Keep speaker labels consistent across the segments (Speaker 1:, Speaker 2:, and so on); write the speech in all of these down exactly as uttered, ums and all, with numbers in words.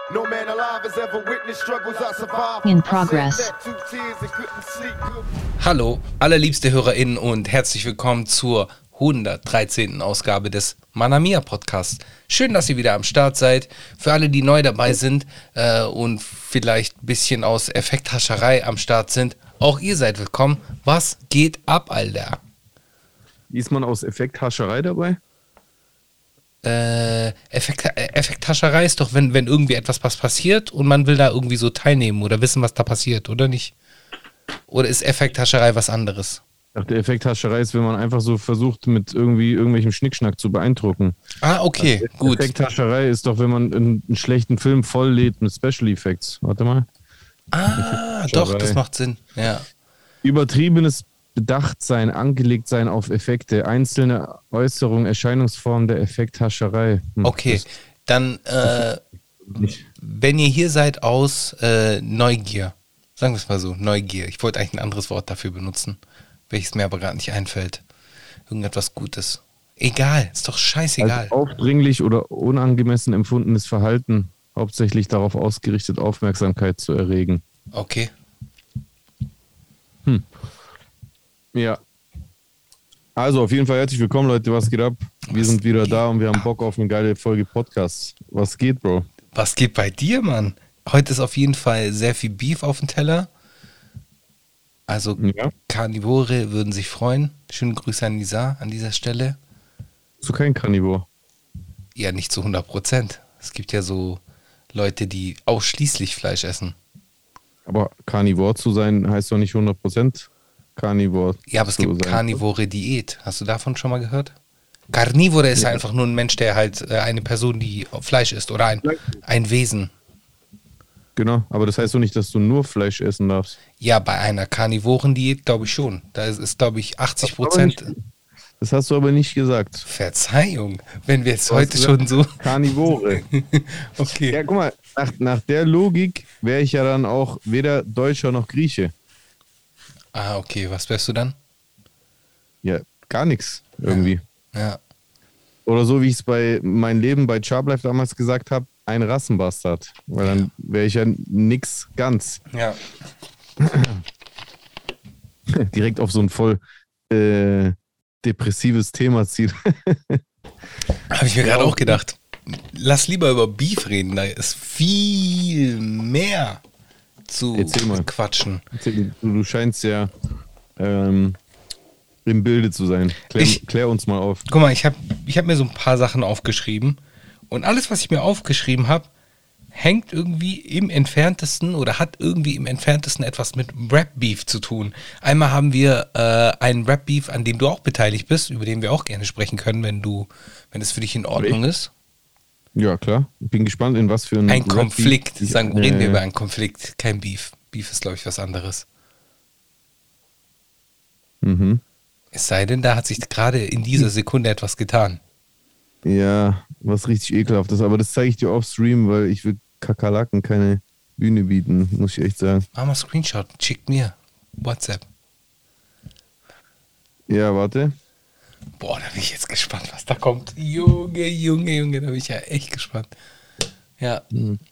Speaker 1: No man alive has ever witnessed struggles I survived.
Speaker 2: In progress.
Speaker 3: Hallo, allerliebste HörerInnen und herzlich willkommen zur hundertdreizehnten Ausgabe des Manamia Podcasts. Schön, dass ihr wieder am Start seid. Für alle, die neu dabei sind äh, und vielleicht ein bisschen aus Effekthascherei am Start sind, auch ihr seid willkommen. Was geht ab, Alter?
Speaker 4: Ist man aus Effekthascherei dabei?
Speaker 3: Äh, Effekt, Effekthascherei ist doch, wenn, wenn irgendwie etwas was passiert und man will da irgendwie so teilnehmen oder wissen, was da passiert, oder nicht? Oder ist Effekthascherei was anderes?
Speaker 4: Ach, der Effekthascherei ist, wenn man einfach so versucht, mit irgendwie irgendwelchem Schnickschnack zu beeindrucken.
Speaker 3: Ah, okay,
Speaker 4: also,
Speaker 3: gut.
Speaker 4: Effekthascherei ist doch, wenn man einen, einen schlechten Film volllädt mit Special Effects. Warte mal.
Speaker 3: Ah, doch, das macht Sinn, ja.
Speaker 4: Übertriebenes Bedachtsein, Angelegtsein auf Effekte, einzelne Äußerungen, Erscheinungsformen der Effekthascherei. Hm,
Speaker 3: okay, dann, äh, wenn ihr hier seid aus äh, Neugier, sagen wir es mal so, Neugier, ich wollte eigentlich ein anderes Wort dafür benutzen, welches mir aber gerade nicht einfällt. Irgendetwas Gutes. Egal, ist doch scheißegal.
Speaker 4: Also aufdringlich oder unangemessen empfundenes Verhalten, hauptsächlich darauf ausgerichtet, Aufmerksamkeit zu erregen.
Speaker 3: Okay.
Speaker 4: Hm. Ja. Also auf jeden Fall herzlich willkommen, Leute. Was geht ab? Wir sind wieder da und wir haben Bock auf eine geile Folge Podcast. Was geht, Bro?
Speaker 3: Was geht bei dir, Mann? Heute ist auf jeden Fall sehr viel Beef auf dem Teller. Also ja. Karnivore würden sich freuen. Schöne Grüße an Nisa an dieser Stelle.
Speaker 4: Bist du kein Karnivor?
Speaker 3: Ja, nicht zu hundert Prozent. Es gibt ja so Leute, die ausschließlich Fleisch essen.
Speaker 4: Aber Karnivor zu sein heißt doch nicht hundert Prozent Karnivor.
Speaker 3: Ja, aber es gibt sein. Karnivore Diät. Hast du davon schon mal gehört? Karnivore ist ja. einfach nur ein Mensch, der halt äh, eine Person, die Fleisch isst oder ein, ein Wesen.
Speaker 4: Genau, aber das heißt doch nicht, dass du nur Fleisch essen darfst.
Speaker 3: Ja, bei einer Karnivoren-Diät glaube ich schon. Da ist, ist glaube ich, achtzig Prozent.
Speaker 4: Das hast du aber nicht gesagt.
Speaker 3: Verzeihung, wenn wir jetzt heute schon so...
Speaker 4: Karnivore.
Speaker 3: Okay.
Speaker 4: Ja, guck mal, nach, nach der Logik wäre ich ja dann auch weder Deutscher noch Grieche.
Speaker 3: Ah, okay, was wärst du dann?
Speaker 4: Ja, gar nichts irgendwie.
Speaker 3: Ja. ja.
Speaker 4: Oder so, wie ich es bei Mein Leben bei Charblife damals gesagt habe, ein Rassenbastard. Weil ja. dann wäre ich ja nix ganz.
Speaker 3: Ja.
Speaker 4: Direkt auf so ein voll äh, depressives Thema ziehen.
Speaker 3: Habe ich mir gerade auch gedacht. Lass lieber über Beef reden, da ist viel mehr zu quatschen.
Speaker 4: Du, du scheinst ja ähm, im Bilde zu sein. Klär, ich, klär uns mal auf.
Speaker 3: Guck mal, ich habe ich hab mir so ein paar Sachen aufgeschrieben und alles, was ich mir aufgeschrieben habe, hängt irgendwie im Entferntesten oder hat irgendwie im Entferntesten etwas mit Rap-Beef zu tun. Einmal haben wir äh, einen Rap-Beef, an dem du auch beteiligt bist, über den wir auch gerne sprechen können, wenn du, wenn es für dich in Ordnung ist.
Speaker 4: Ja, klar. Ich bin gespannt, in was für ein...
Speaker 3: Ein Konflikt. Sagen,
Speaker 4: äh,
Speaker 3: reden wir über einen Konflikt, kein Beef. Beef ist, glaube ich, was anderes.
Speaker 4: Mhm.
Speaker 3: Es sei denn, da hat sich gerade in dieser Sekunde etwas getan.
Speaker 4: Ja, was richtig ekelhaftes. Aber das zeige ich dir off Stream, weil ich will Kakerlaken keine Bühne bieten, muss ich echt sagen.
Speaker 3: Mach mal Screenshot, schick mir. WhatsApp.
Speaker 4: Ja, warte.
Speaker 3: Boah, da bin ich jetzt gespannt, was da kommt. Junge, Junge, Junge, da bin ich ja echt gespannt. Ja.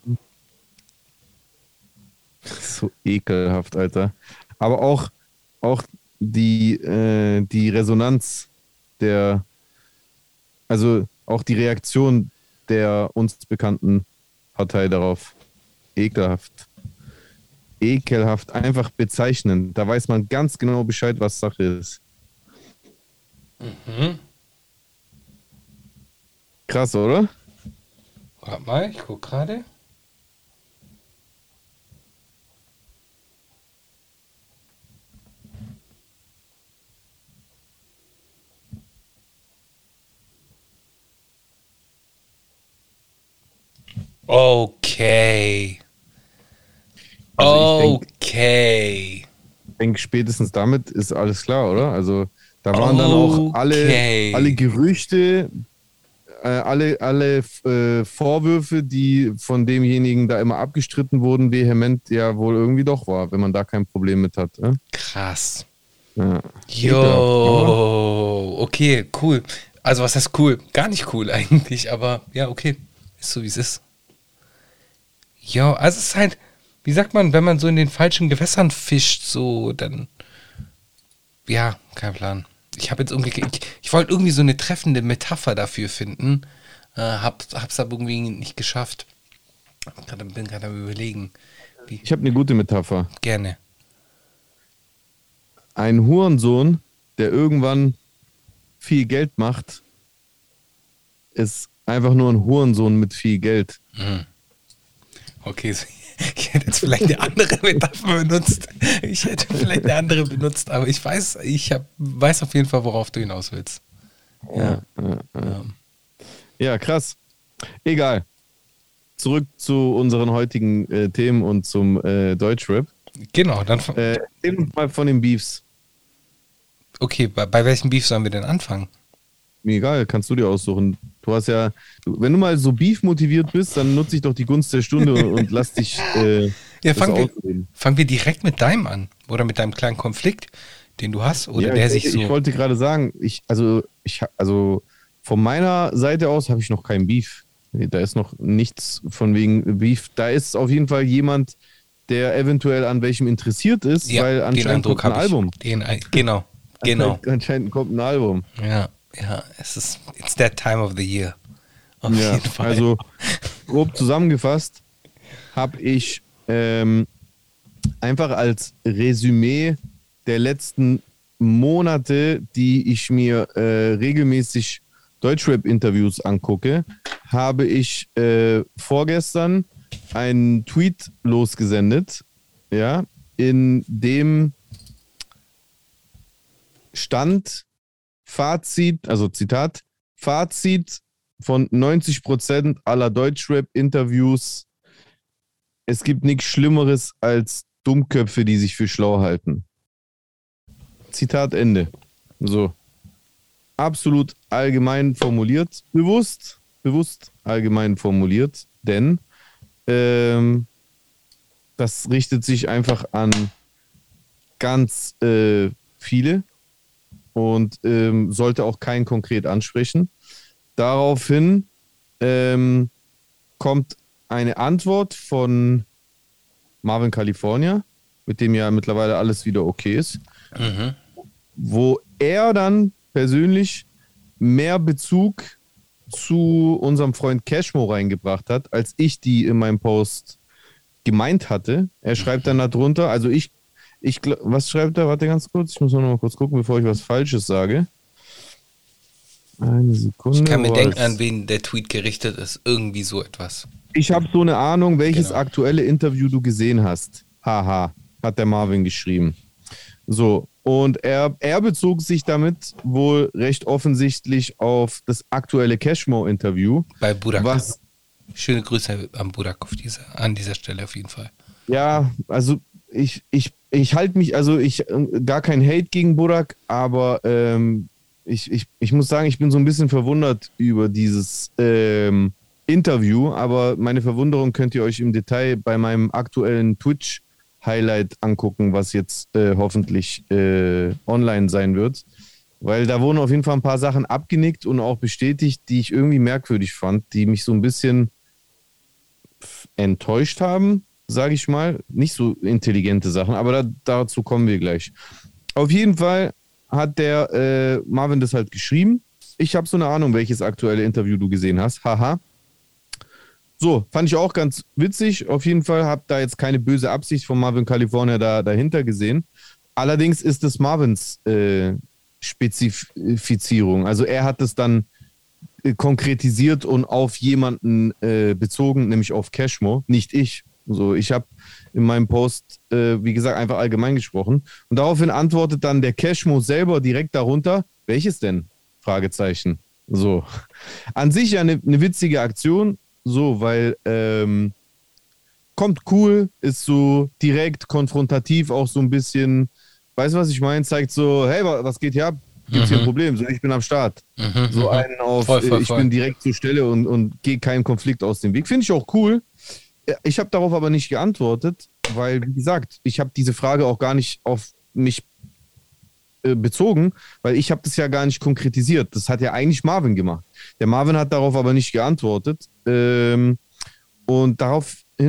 Speaker 4: So ekelhaft, Alter. Aber auch, auch die, äh, die Resonanz der, also auch die Reaktion der uns bekannten Partei darauf. Ekelhaft. Ekelhaft, einfach bezeichnend. Da weiß man ganz genau Bescheid, was Sache ist.
Speaker 3: Mhm.
Speaker 4: Krass, oder?
Speaker 3: Warte mal, ich guck gerade. Okay.
Speaker 4: Also
Speaker 3: okay.
Speaker 4: Ich denke, spätestens damit ist alles klar, oder? Also da waren dann auch alle, alle Gerüchte, äh, alle, alle äh, Vorwürfe, die von demjenigen da immer abgestritten wurden, vehement ja wohl irgendwie doch war, wenn man da kein Problem mit hat. Äh?
Speaker 3: Krass.
Speaker 4: Ja.
Speaker 3: Jo, okay, cool. Also was heißt cool? Gar nicht cool eigentlich, aber ja, okay. Ist so, wie es ist. Ja, also es ist halt, wie sagt man, wenn man so in den falschen Gewässern fischt, so, dann, ja, kein Plan. Ich habe jetzt irgendwie, ich, ich wollte irgendwie so eine treffende Metapher dafür finden, äh, hab, hab's aber irgendwie nicht geschafft. Grade, bin gerade am Überlegen. Wie?
Speaker 4: Ich habe eine gute Metapher.
Speaker 3: Gerne.
Speaker 4: Ein Hurensohn, der irgendwann viel Geld macht, ist einfach nur ein Hurensohn mit viel Geld.
Speaker 3: Mhm. Okay, so, ich hätte jetzt vielleicht eine andere Metapher benutzt. Ich hätte vielleicht eine andere benutzt, aber ich weiß, ich hab, weiß auf jeden Fall, worauf du hinaus willst. Ja,
Speaker 4: ja, ja. ja krass. Egal. Zurück zu unseren heutigen äh, Themen und zum äh, Deutschrap.
Speaker 3: Genau, dann.
Speaker 4: Äh, erzähl uns mal von den Beefs.
Speaker 3: Okay, bei, bei welchem Beef sollen wir denn anfangen?
Speaker 4: Mir egal, kannst du dir aussuchen. Du hast ja, du, wenn du mal so Beef motiviert bist, dann nutze ich doch die Gunst der Stunde und, und lass dich. Äh,
Speaker 3: ja, fangen wir, fangen wir direkt mit deinem an. Oder mit deinem kleinen Konflikt, den du hast. Oder
Speaker 4: ja,
Speaker 3: der
Speaker 4: ich,
Speaker 3: sich so.
Speaker 4: Ich wollte gerade sagen, ich, also, ich, also von meiner Seite aus habe ich noch keinen Beef. Da ist noch nichts von wegen Beef. Da ist auf jeden Fall jemand, der eventuell an welchem interessiert ist,
Speaker 3: ja,
Speaker 4: weil anscheinend kommt ein Album.
Speaker 3: Den, genau, genau.
Speaker 4: Anscheinend kommt ein Album.
Speaker 3: Ja, ja, es ist, it's that time of the year. Auf
Speaker 4: ja,
Speaker 3: jeden Fall.
Speaker 4: Also, grob zusammengefasst, habe ich ähm, einfach als Resümee der letzten Monate, die ich mir äh, regelmäßig Deutschrap-Interviews angucke, habe ich äh, vorgestern einen Tweet losgesendet, ja, in dem stand Fazit, also Zitat, Fazit von neunzig Prozent aller Deutschrap-Interviews: Es gibt nichts Schlimmeres als Dummköpfe, die sich für schlau halten. Zitat Ende. So. Absolut allgemein formuliert, bewusst, bewusst allgemein formuliert, denn ähm, das richtet sich einfach an ganz äh, viele und ähm, sollte auch keinen konkret ansprechen. Daraufhin ähm, kommt eine Antwort von Marvin California, mit dem ja mittlerweile alles wieder okay ist, mhm. wo er dann persönlich mehr Bezug zu unserem Freund Cashmo reingebracht hat, als ich die in meinem Post gemeint hatte. Er schreibt dann darunter, also ich, ich was schreibt er? Warte ganz kurz, ich muss noch mal kurz gucken, bevor ich was Falsches sage. Eine Sekunde.
Speaker 3: Ich kann mir denken, an wen der Tweet gerichtet ist. Irgendwie so etwas.
Speaker 4: Ich habe so eine Ahnung, welches
Speaker 3: genau.
Speaker 4: aktuelle Interview du gesehen hast. Haha, hat der Marvin geschrieben. So, und er, er bezog sich damit wohl recht offensichtlich auf das aktuelle Cashmo-Interview.
Speaker 3: Bei Burak.
Speaker 4: Was,
Speaker 3: Schöne Grüße an Burak auf diese, an dieser Stelle auf jeden Fall.
Speaker 4: Ja, also ich, ich, ich halte mich, also ich, gar kein Hate gegen Burak, aber ähm, ich, ich, ich muss sagen, ich bin so ein bisschen verwundert über dieses ähm, Interview, aber meine Verwunderung könnt ihr euch im Detail bei meinem aktuellen Twitch Highlight angucken, was jetzt äh, hoffentlich äh, online sein wird. Weil da wurden auf jeden Fall ein paar Sachen abgenickt und auch bestätigt, die ich irgendwie merkwürdig fand, die mich so ein bisschen enttäuscht haben, sage ich mal. Nicht so intelligente Sachen, aber da, dazu kommen wir gleich. Auf jeden Fall hat der äh, Marvin das halt geschrieben. Ich habe so eine Ahnung, welches aktuelle Interview du gesehen hast. Haha. So, fand ich auch ganz witzig. Auf jeden Fall habe da jetzt keine böse Absicht von Marvin California da, dahinter gesehen. Allerdings ist es Marvins äh, Spezifizierung. Also er hat es dann äh, konkretisiert und auf jemanden äh, bezogen, nämlich auf Cashmo, nicht ich. So, ich habe in meinem Post, äh, wie gesagt, einfach allgemein gesprochen. Und daraufhin antwortet dann der Cashmo selber direkt darunter, welches denn? Fragezeichen. So. An sich ja eine ne witzige Aktion. So, weil ähm, kommt cool, ist so direkt konfrontativ, auch so ein bisschen, weißt du, was ich meine? Zeigt so, hey, was geht hier ab? Gibt's mhm. hier ein Problem? So, ich bin am Start. Mhm, so einen auf, voll, voll, ich voll. bin direkt zur Stelle und, und gehe keinen Konflikt aus dem Weg. Finde ich auch cool. Ich habe darauf aber nicht geantwortet, weil, wie gesagt, ich habe diese Frage auch gar nicht auf mich äh, bezogen, weil ich habe das ja gar nicht konkretisiert. Das hat ja eigentlich Marvin gemacht. Der Marvin hat darauf aber nicht geantwortet. Ähm, und daraufhin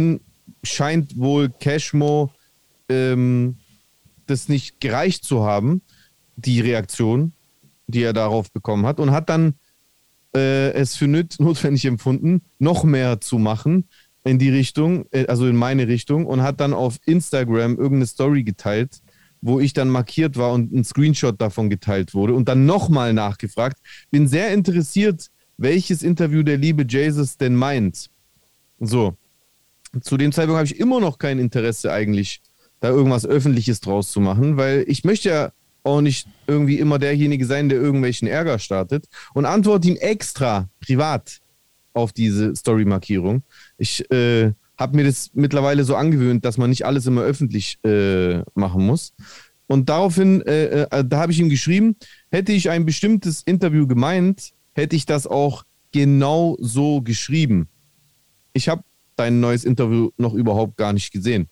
Speaker 4: scheint wohl Cashmo ähm, das nicht gereicht zu haben, die Reaktion, die er darauf bekommen hat, und hat dann äh, es für nöt- notwendig empfunden, noch mehr zu machen in die Richtung, äh, also in meine Richtung, und hat dann auf Instagram irgendeine Story geteilt, wo ich dann markiert war und ein Screenshot davon geteilt wurde und dann nochmal nachgefragt. Bin sehr interessiert, welches Interview der liebe Jesus denn meint. So, zu dem Zeitpunkt habe ich immer noch kein Interesse eigentlich, da irgendwas Öffentliches draus zu machen, weil ich möchte ja auch nicht irgendwie immer derjenige sein, der irgendwelchen Ärger startet, und antworte ihm extra privat auf diese Story-Markierung. Ich äh, habe mir das mittlerweile so angewöhnt, dass man nicht alles immer öffentlich äh, machen muss. Und daraufhin, äh, äh, da habe ich ihm geschrieben, hätte ich ein bestimmtes Interview gemeint, hätte ich das auch genau so geschrieben. Ich habe dein neues Interview noch überhaupt gar nicht gesehen.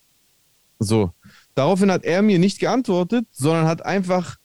Speaker 4: So. Daraufhin hat er mir nicht geantwortet, sondern hat einfach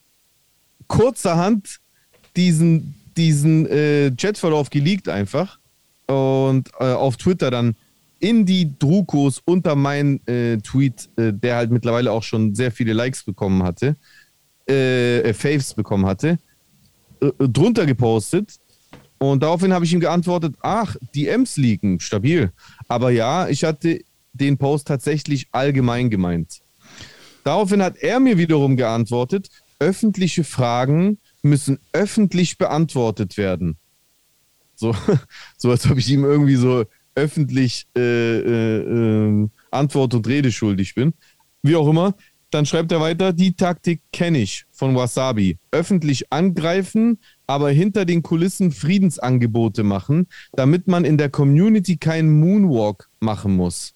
Speaker 4: kurzerhand diesen, diesen äh, Chatverlauf geleakt einfach und äh, auf Twitter dann in die Drukos unter meinen äh, Tweet, äh, der halt mittlerweile auch schon sehr viele Likes bekommen hatte, äh, Faves bekommen hatte, äh, drunter gepostet. Und daraufhin habe ich ihm geantwortet, ach, die Ems leaken, stabil. Aber ja, ich hatte den Post tatsächlich allgemein gemeint. Daraufhin hat er mir wiederum geantwortet, öffentliche Fragen müssen öffentlich beantwortet werden. So, so als ob ich ihm irgendwie so öffentlich äh, äh, äh, Antwort und Rede schuldig bin. Wie auch immer. Dann schreibt er weiter, die Taktik kenne ich von Wasabi. Öffentlich angreifen, aber hinter den Kulissen Friedensangebote machen, damit man in der Community keinen Moonwalk machen muss.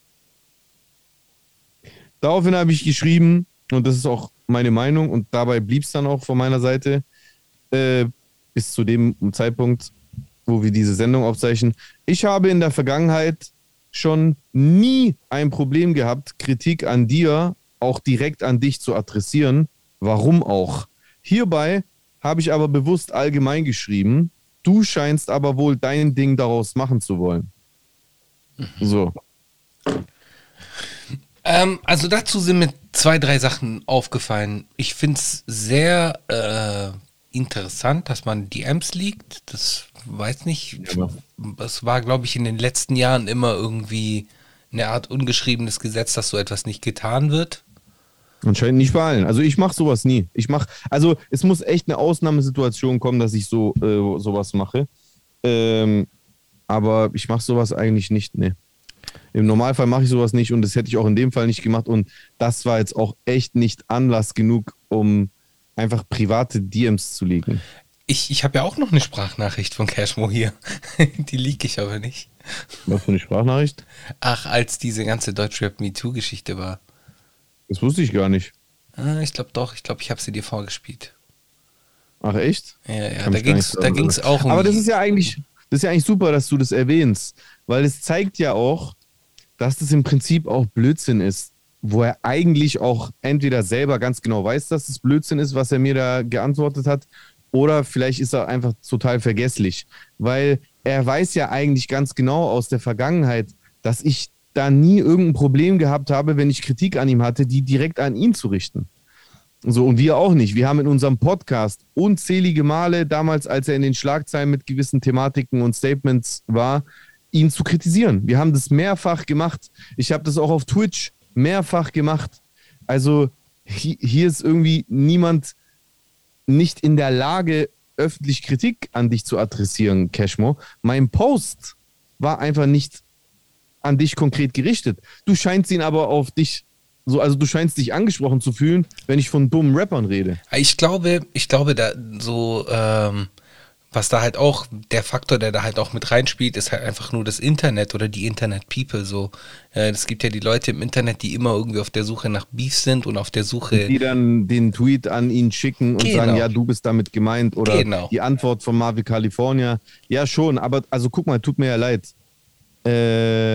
Speaker 4: Daraufhin habe ich geschrieben, und das ist auch meine Meinung, und dabei blieb es dann auch von meiner Seite, äh, bis zu dem Zeitpunkt, wo wir diese Sendung aufzeichnen. Ich habe in der Vergangenheit schon nie ein Problem gehabt, Kritik an dir auch direkt an dich zu adressieren. Warum auch? Hierbei habe ich aber bewusst allgemein geschrieben, du scheinst aber wohl dein Ding daraus machen zu wollen. So.
Speaker 3: Ähm, also dazu sind mir zwei, drei Sachen aufgefallen. Ich finde es sehr äh, interessant, dass man D Ms leakt. Das weiß nicht.
Speaker 4: Ja.
Speaker 3: Das war, glaube ich, in den letzten Jahren immer irgendwie eine Art ungeschriebenes Gesetz, dass so etwas nicht getan wird.
Speaker 4: Anscheinend nicht bei allen. Also ich mache sowas nie. Ich mache, also es muss echt eine Ausnahmesituation kommen, dass ich so äh, sowas mache. Ähm, aber ich mache sowas eigentlich nicht, ne. Im Normalfall mache ich sowas nicht und das hätte ich auch in dem Fall nicht gemacht und das war jetzt auch echt nicht Anlass genug, um einfach private D Ms zu leaken.
Speaker 3: Ich, ich habe ja auch noch eine Sprachnachricht von Cashmo hier. Die leak ich aber nicht.
Speaker 4: Was für eine Sprachnachricht?
Speaker 3: Ach, als diese ganze Deutschrap MeToo-Geschichte war.
Speaker 4: Das wusste ich gar nicht.
Speaker 3: Ah, ich glaube doch. Ich glaube, ich habe sie dir vorgespielt.
Speaker 4: Ach echt?
Speaker 3: Ja, ja,
Speaker 4: Kann
Speaker 3: da
Speaker 4: mich gar
Speaker 3: ging's,
Speaker 4: nicht
Speaker 3: da ging's auch um...
Speaker 4: Aber das ist ja eigentlich, das ist ja eigentlich super, dass du das erwähnst, weil es zeigt ja auch, dass das im Prinzip auch Blödsinn ist, wo er eigentlich auch entweder selber ganz genau weiß, dass es Blödsinn ist, was er mir da geantwortet hat, oder vielleicht ist er einfach total vergesslich, weil er weiß ja eigentlich ganz genau aus der Vergangenheit, dass ich da nie irgendein Problem gehabt habe, wenn ich Kritik an ihm hatte, die direkt an ihn zu richten. So, und wir auch nicht. Wir haben in unserem Podcast unzählige Male, damals, als er in den Schlagzeilen mit gewissen Thematiken und Statements war, ihn zu kritisieren. Wir haben das mehrfach gemacht. Ich habe das auch auf Twitch mehrfach gemacht. Also hi- hier ist irgendwie niemand nicht in der Lage, öffentlich Kritik an dich zu adressieren, Cashmo. Mein Post war einfach nicht an dich konkret gerichtet. Du scheinst ihn aber auf dich, so, also du scheinst dich angesprochen zu fühlen, wenn ich von dummen Rappern rede.
Speaker 3: Ich glaube, ich glaube, da so, ähm, was da halt auch, der Faktor, der da halt auch mit reinspielt, ist halt einfach nur das Internet oder die Internet-People so. Äh, es gibt ja die Leute im Internet, die immer irgendwie auf der Suche nach Beef sind und auf der Suche...
Speaker 4: Die dann den Tweet an ihn schicken und
Speaker 3: Genau.
Speaker 4: sagen, ja, du bist damit gemeint. Oder
Speaker 3: Genau.
Speaker 4: die Antwort von Marvel California. Ja, schon, aber also guck mal, tut mir ja leid. Äh,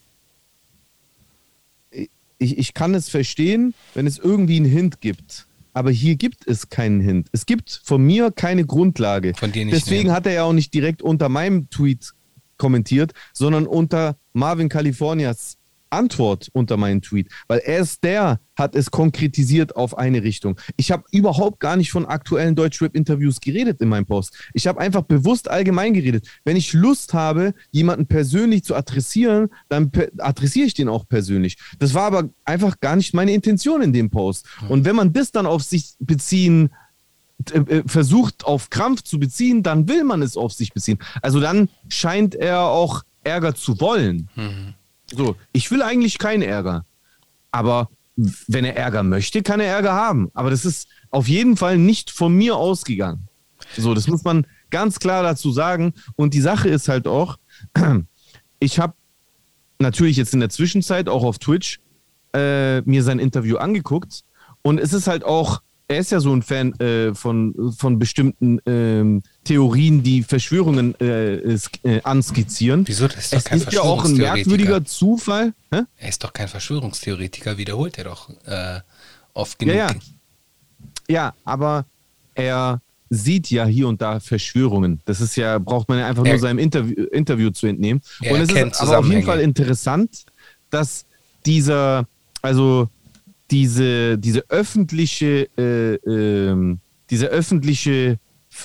Speaker 4: ich, ich kann es verstehen, wenn es irgendwie einen Hint gibt. Aber hier gibt es keinen Hint. Es gibt von mir keine Grundlage.
Speaker 3: Von dir nicht,
Speaker 4: Deswegen
Speaker 3: ne?
Speaker 4: hat er ja auch nicht direkt unter meinem Tweet kommentiert, sondern unter Marvin Californias Antwort unter meinen Tweet, weil erst der hat es konkretisiert auf eine Richtung. Ich habe überhaupt gar nicht von aktuellen Deutschrap-Interviews geredet in meinem Post. Ich habe einfach bewusst allgemein geredet. Wenn ich Lust habe, jemanden persönlich zu adressieren, dann per- adressiere ich den auch persönlich. Das war aber einfach gar nicht meine Intention in dem Post. Und wenn man das dann auf sich beziehen äh, versucht, auf Krampf zu beziehen, dann will man es auf sich beziehen. Also dann scheint er auch Ärger zu wollen. Mhm. So, ich will eigentlich keinen Ärger. Aber wenn er Ärger möchte, kann er Ärger haben. Aber das ist auf jeden Fall nicht von mir ausgegangen. So, das muss man ganz klar dazu sagen. Und die Sache ist halt auch, ich habe natürlich jetzt in der Zwischenzeit auch auf Twitch äh, mir sein Interview angeguckt. Und es ist halt auch, er ist ja so ein Fan äh, von, von bestimmten ähm, Theorien, die Verschwörungen äh, äh, anskizzieren.
Speaker 3: Wieso? Das ist doch
Speaker 4: es
Speaker 3: kein
Speaker 4: ist ja auch ein merkwürdiger Zufall. Hä?
Speaker 3: Er ist doch kein Verschwörungstheoretiker, wiederholt er doch äh, oft genug.
Speaker 4: Ja, ja. ja, aber er sieht ja hier und da Verschwörungen. Das ist ja, braucht man ja einfach er, nur seinem Interview, Interview zu entnehmen. Und es ist aber auf jeden Fall interessant, dass dieser, also diese, diese öffentliche, äh, äh, diese öffentliche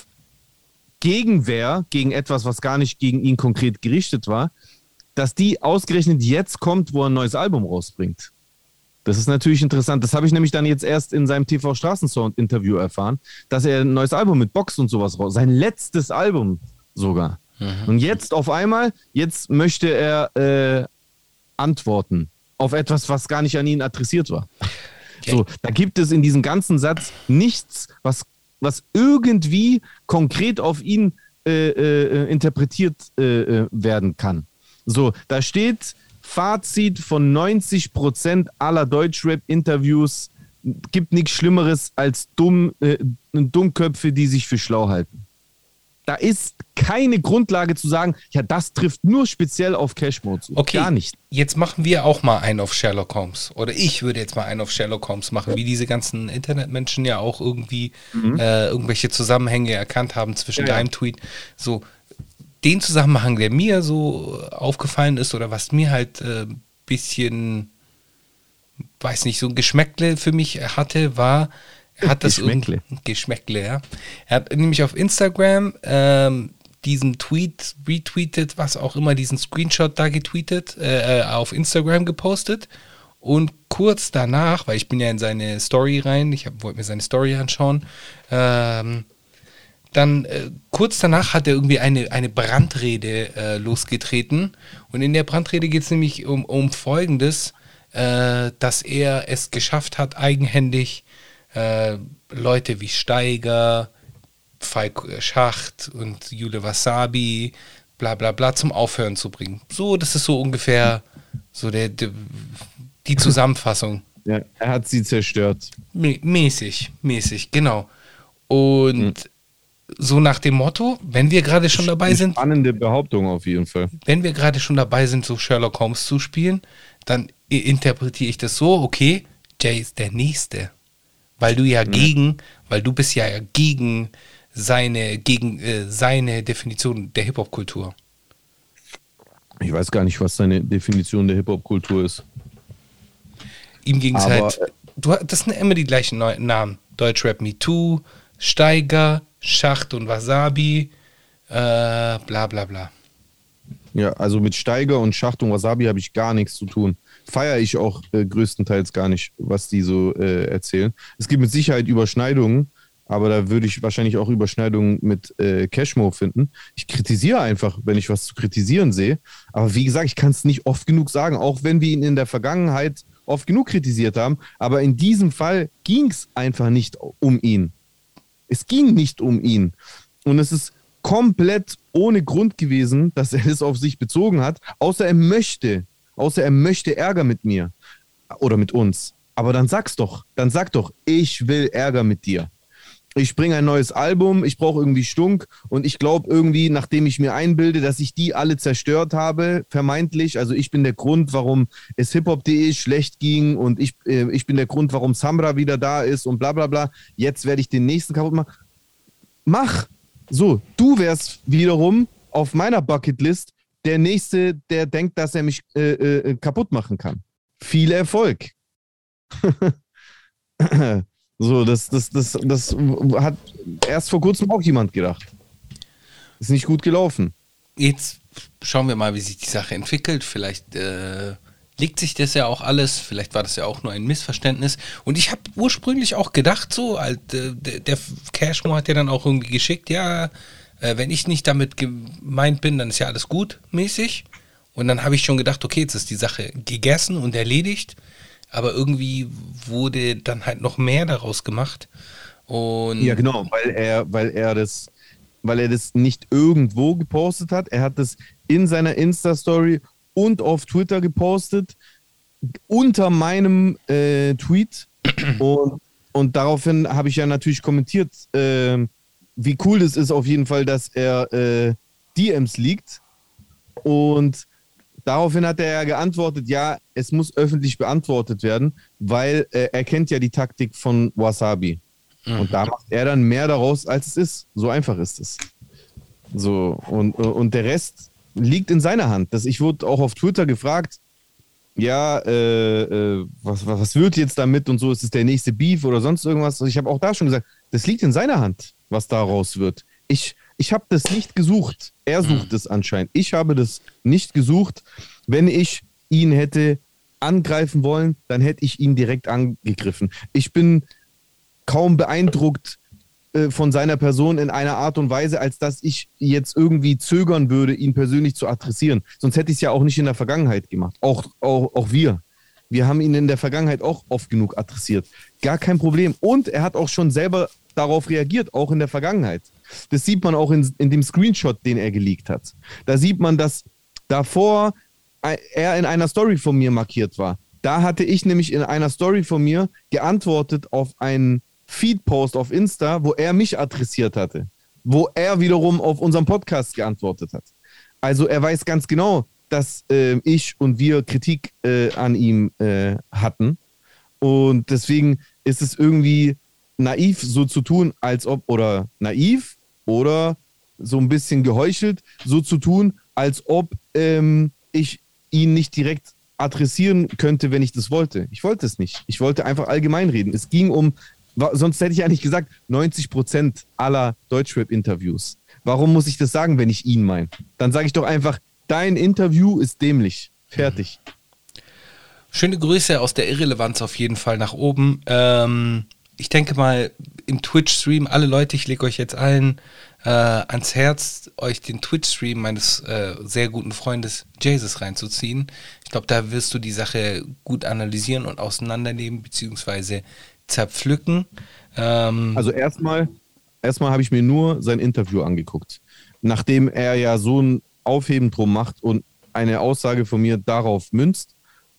Speaker 4: Gegenwehr gegen etwas, was gar nicht gegen ihn konkret gerichtet war, dass die ausgerechnet jetzt kommt, wo er ein neues Album rausbringt. Das ist natürlich interessant. Das habe ich nämlich dann jetzt erst in seinem T V-Straßensound-Interview erfahren, dass er ein neues Album mit Box und sowas raus, sein letztes Album sogar. Mhm. Und jetzt auf einmal, jetzt möchte er äh, antworten auf etwas, was gar nicht an ihn adressiert war. Okay. So, da gibt es in diesem ganzen Satz nichts, was, was irgendwie konkret auf ihn äh, äh, interpretiert äh, werden kann. So, da steht Fazit von neunzig Prozent aller Deutschrap-Interviews, gibt nichts Schlimmeres als dumm, äh, Dummköpfe, die sich für schlau halten. Da ist keine Grundlage zu sagen, ja, das trifft nur speziell auf Cash-Mode zu.
Speaker 3: Okay,
Speaker 4: gar nicht.
Speaker 3: Jetzt machen wir auch mal einen auf Sherlock Holmes. Oder ich würde jetzt mal einen auf Sherlock Holmes machen, wie diese ganzen Internetmenschen ja auch irgendwie mhm. äh, irgendwelche Zusammenhänge erkannt haben zwischen ja, deinem ja. Tweet. So, den Zusammenhang, der mir so aufgefallen ist oder was mir halt ein äh, bisschen, weiß nicht, so ein Geschmäckle für mich hatte, war, er hat das
Speaker 4: Geschmäckle.
Speaker 3: Geschmäckle, ja. Er hat nämlich auf Instagram ähm, diesen Tweet retweetet, was auch immer, diesen Screenshot da getweetet, äh, auf Instagram gepostet und kurz danach, weil ich bin ja in seine Story rein, ich wollte mir seine Story anschauen, ähm, dann äh, kurz danach hat er irgendwie eine, eine Brandrede äh, losgetreten und in der Brandrede geht es nämlich um, um Folgendes, äh, dass er es geschafft hat, eigenhändig äh, Leute wie Steiger, Falk Schacht und Jule Wasabi, bla bla bla, zum Aufhören zu bringen. So, das ist so ungefähr so der, der, die Zusammenfassung.
Speaker 4: Ja, er hat sie zerstört.
Speaker 3: Mä- mäßig, mäßig, genau. Und mhm. so nach dem Motto, wenn wir gerade schon dabei sind.
Speaker 4: Spannende Behauptung auf jeden Fall.
Speaker 3: Wenn wir gerade schon dabei sind, so Sherlock Holmes zu spielen, dann interpretiere ich das so, okay, Jay ist der Nächste. Weil du ja mhm. gegen, weil du bist ja gegen seine, gegen äh, seine Definition der Hip-Hop-Kultur. Ich
Speaker 4: weiß gar nicht, was seine Definition der Hip-Hop-Kultur ist.
Speaker 3: Ihm ging es halt, du, das sind immer die gleichen Namen. Deutschrap Me Too, Steiger, Schacht und Wasabi, äh, bla bla bla.
Speaker 4: Ja, also mit Steiger und Schacht und Wasabi habe ich gar nichts zu tun. Feiere ich auch äh, größtenteils gar nicht, was die so äh, erzählen. Es gibt mit Sicherheit Überschneidungen, aber da würde ich wahrscheinlich auch Überschneidungen mit äh, Cashmo finden. Ich kritisiere einfach, wenn ich was zu kritisieren sehe. Aber wie gesagt, ich kann es nicht oft genug sagen, auch wenn wir ihn in der Vergangenheit oft genug kritisiert haben. Aber in diesem Fall ging es einfach nicht um ihn. Es ging nicht um ihn. Und es ist komplett ohne Grund gewesen, dass er es auf sich bezogen hat, außer er möchte, außer er möchte Ärger mit mir oder mit uns. Aber dann sag's doch, dann sag doch, ich will Ärger mit dir. Ich bringe ein neues Album, ich brauche irgendwie Stunk und ich glaube irgendwie, nachdem ich mir einbilde, dass ich die alle zerstört habe, vermeintlich, also ich bin der Grund, warum es hiphop punkt de schlecht ging und ich, äh, ich bin der Grund, warum Samra wieder da ist und bla bla bla, jetzt werde ich den nächsten kaputt machen. Mach! So, du wärst wiederum auf meiner Bucketlist der Nächste, der denkt, dass er mich äh, äh, kaputt machen kann. Viel Erfolg. So, das, das, das, das hat erst vor kurzem auch jemand gedacht. Ist nicht gut gelaufen.
Speaker 3: Jetzt schauen wir mal, wie sich die Sache entwickelt. Vielleicht äh, legt sich das ja auch alles. Vielleicht war das ja auch nur ein Missverständnis. Und ich habe ursprünglich auch gedacht, so, halt, äh, der, der Cashmo hat ja dann auch irgendwie geschickt, ja, äh, wenn ich nicht damit gemeint bin, dann ist ja alles gut, mäßig. Und dann habe ich schon gedacht, okay, jetzt ist die Sache gegessen und erledigt. Aber irgendwie wurde dann halt noch mehr daraus gemacht. Und
Speaker 4: Ja, genau, weil er, weil er das, weil er das nicht irgendwo gepostet hat. Er hat das in seiner Insta-Story und auf Twitter gepostet, unter meinem äh, Tweet. Und, und daraufhin habe ich ja natürlich kommentiert, äh, wie cool das ist auf jeden Fall, dass er äh, D Ms liegt. Und daraufhin hat er ja geantwortet, ja, es muss öffentlich beantwortet werden, weil äh, er kennt ja die Taktik von Wasabi. Mhm. Und da macht er dann mehr daraus, als es ist. So einfach ist es. So, und, und der Rest liegt in seiner Hand. Das, ich wurde auch auf Twitter gefragt, ja, äh, äh, was, was wird jetzt damit und so, ist es der nächste Beef oder sonst irgendwas? Ich habe auch da schon gesagt, das liegt in seiner Hand, was daraus wird. Ich, ich habe das nicht gesucht. Er sucht es anscheinend. Ich habe das nicht gesucht. Wenn ich ihn hätte angreifen wollen, dann hätte ich ihn direkt angegriffen. Ich bin kaum beeindruckt äh, von seiner Person in einer Art und Weise, als dass ich jetzt irgendwie zögern würde, ihn persönlich zu adressieren. Sonst hätte ich es ja auch nicht in der Vergangenheit gemacht. Auch, auch, auch wir. Wir haben ihn in der Vergangenheit auch oft genug adressiert. Gar kein Problem. Und er hat auch schon selber darauf reagiert, auch in der Vergangenheit. Das sieht man auch in, in dem Screenshot, den er geleakt hat. Da sieht man, dass davor er in einer Story von mir markiert war. Da hatte ich nämlich in einer Story von mir geantwortet auf einen Feed-Post auf Insta, wo er mich adressiert hatte. Wo er wiederum auf unserem Podcast geantwortet hat. Also er weiß ganz genau, dass äh, ich und wir Kritik äh, an ihm äh, hatten. Und deswegen ist es irgendwie naiv so zu tun, als ob, oder naiv oder so ein bisschen geheuchelt, so zu tun, als ob ähm, ich ihn nicht direkt adressieren könnte, wenn ich das wollte. Ich wollte es nicht. Ich wollte einfach allgemein reden. Es ging um, sonst hätte ich eigentlich gesagt, neunzig Prozent aller Deutschrap-Interviews. Warum muss ich das sagen, wenn ich ihn meine? Dann sage ich doch einfach, dein Interview ist dämlich. Fertig.
Speaker 3: Schöne Grüße aus der Irrelevanz auf jeden Fall nach oben. Ähm, ich denke mal, im Twitch-Stream, alle Leute, ich lege euch jetzt allen äh, ans Herz, euch den Twitch-Stream meines äh, sehr guten Freundes Jesus reinzuziehen. Ich glaube, da wirst du die Sache gut analysieren und auseinandernehmen, beziehungsweise zerpflücken. Ähm,
Speaker 4: also erstmal, erstmal habe ich mir nur sein Interview angeguckt. Nachdem er ja so ein Aufheben drum macht und eine Aussage von mir darauf münzt,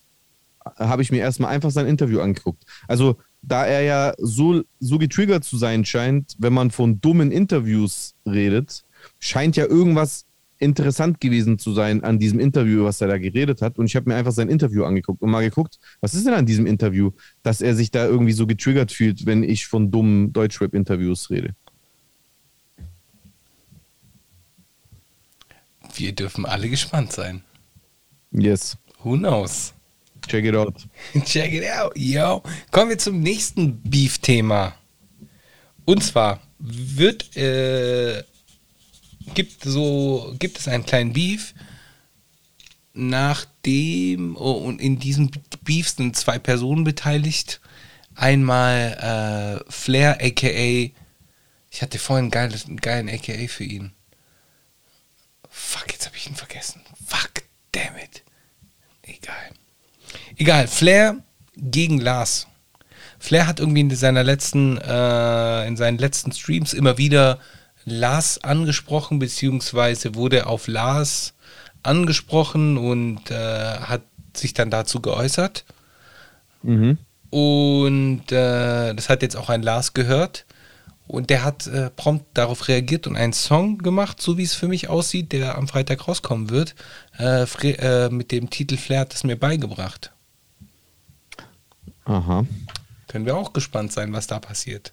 Speaker 4: habe ich mir erstmal einfach sein Interview angeguckt. Also da er ja so, so getriggert zu sein scheint, wenn man von dummen Interviews redet, scheint ja irgendwas interessant gewesen zu sein an diesem Interview, was er da geredet hat. Und ich habe mir einfach sein Interview angeguckt und mal geguckt, was ist denn an diesem Interview, dass er sich da irgendwie so getriggert fühlt, wenn ich von dummen Deutschrap-Interviews rede.
Speaker 3: Wir dürfen alle gespannt sein.
Speaker 4: Yes.
Speaker 3: Who knows?
Speaker 4: Check it out.
Speaker 3: Check it out, yo. Kommen wir zum nächsten Beef-Thema. Und zwar wird, äh, gibt so, gibt es einen kleinen Beef, nachdem, oh, und in diesem Beef sind zwei Personen beteiligt. Einmal äh, Flair, aka, ich hatte vorhin einen geilen, einen geilen A K A für ihn. Fuck, jetzt habe ich ihn vergessen. Fuck, damn it. Egal. Egal, Flair gegen Lars. Flair hat irgendwie in seiner letzten, äh, in seinen letzten Streams immer wieder Lars angesprochen, beziehungsweise wurde auf Lars angesprochen und äh, hat sich dann dazu geäußert.
Speaker 4: Mhm.
Speaker 3: Und äh, das hat jetzt auch ein Lars gehört. Und der hat äh, prompt darauf reagiert und einen Song gemacht, so wie es für mich aussieht, der am Freitag rauskommen wird, äh, Fre- äh, mit dem Titel Flair hat es mir beigebracht.
Speaker 4: Aha.
Speaker 3: Können wir auch gespannt sein, was da passiert.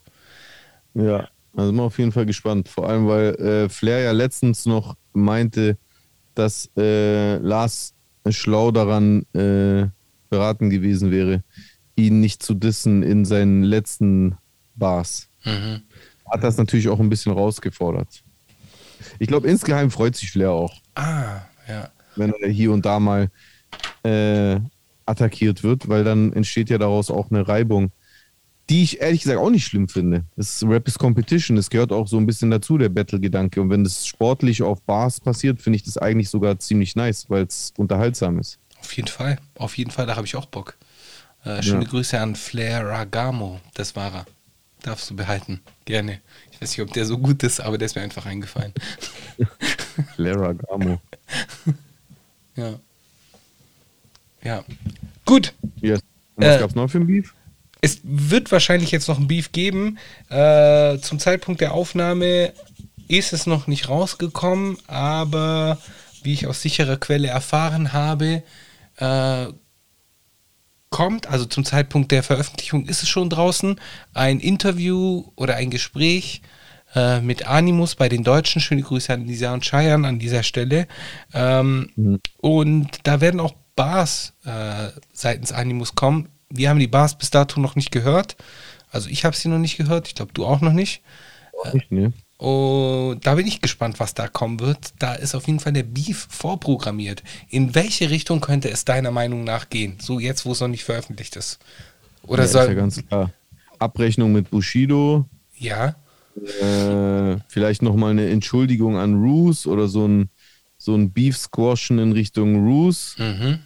Speaker 4: Ja, also sind wir auf jeden Fall gespannt. Vor allem, weil äh, Flair ja letztens noch meinte, dass äh, Lars schlau daran äh, beraten gewesen wäre, ihn nicht zu dissen in seinen letzten Bars.
Speaker 3: Mhm.
Speaker 4: Hat das natürlich auch ein bisschen rausgefordert. Ich glaube, insgeheim freut sich Flair auch,
Speaker 3: Ah, ja.
Speaker 4: wenn er hier und da mal äh, attackiert wird, weil dann entsteht ja daraus auch eine Reibung, die ich ehrlich gesagt auch nicht schlimm finde. Das ist, Rap ist Competition, das gehört auch so ein bisschen dazu, der Battle-Gedanke. Und wenn das sportlich auf Bars passiert, finde ich das eigentlich sogar ziemlich nice, weil es unterhaltsam ist.
Speaker 3: Auf jeden Fall. Auf jeden Fall, da habe ich auch Bock. Äh, schöne
Speaker 4: Ja.
Speaker 3: Grüße an Flair Ragamo. Das war er. Darfst du behalten. Gerne. Ich weiß nicht, ob der so gut ist, aber der ist mir einfach eingefallen.
Speaker 4: Lara Gamo.
Speaker 3: Ja. Ja. Gut.
Speaker 4: Yes. Und was
Speaker 3: Äh,
Speaker 4: gab's noch für ein Beef?
Speaker 3: Es wird wahrscheinlich jetzt noch ein Beef geben. Äh, zum Zeitpunkt der Aufnahme ist es noch nicht rausgekommen, aber wie ich aus sicherer Quelle erfahren habe, äh, kommt, also zum Zeitpunkt der Veröffentlichung ist es schon draußen, ein Interview oder ein Gespräch äh, mit Animus bei den Deutschen. Schöne Grüße an Lisa und Cheyenne an dieser Stelle. Ähm,
Speaker 4: Mhm.
Speaker 3: Und da werden auch Bars äh, seitens Animus kommen. Wir haben die Bars bis dato noch nicht gehört. Also ich habe sie noch nicht gehört. Ich glaube, du auch noch nicht.
Speaker 4: Nicht, ne?
Speaker 3: Und da bin ich gespannt, was da kommen wird. Da ist auf jeden Fall der Beef vorprogrammiert. In welche Richtung könnte es deiner Meinung nach gehen? So jetzt, wo es noch nicht veröffentlicht ist. Oder
Speaker 4: Ja,
Speaker 3: soll...
Speaker 4: ist ja ganz klar. Abrechnung mit Bushido,
Speaker 3: Ja,
Speaker 4: äh, vielleicht nochmal eine Entschuldigung an Roos oder so ein, so ein Beef-Squashen in Richtung Roos
Speaker 3: mhm.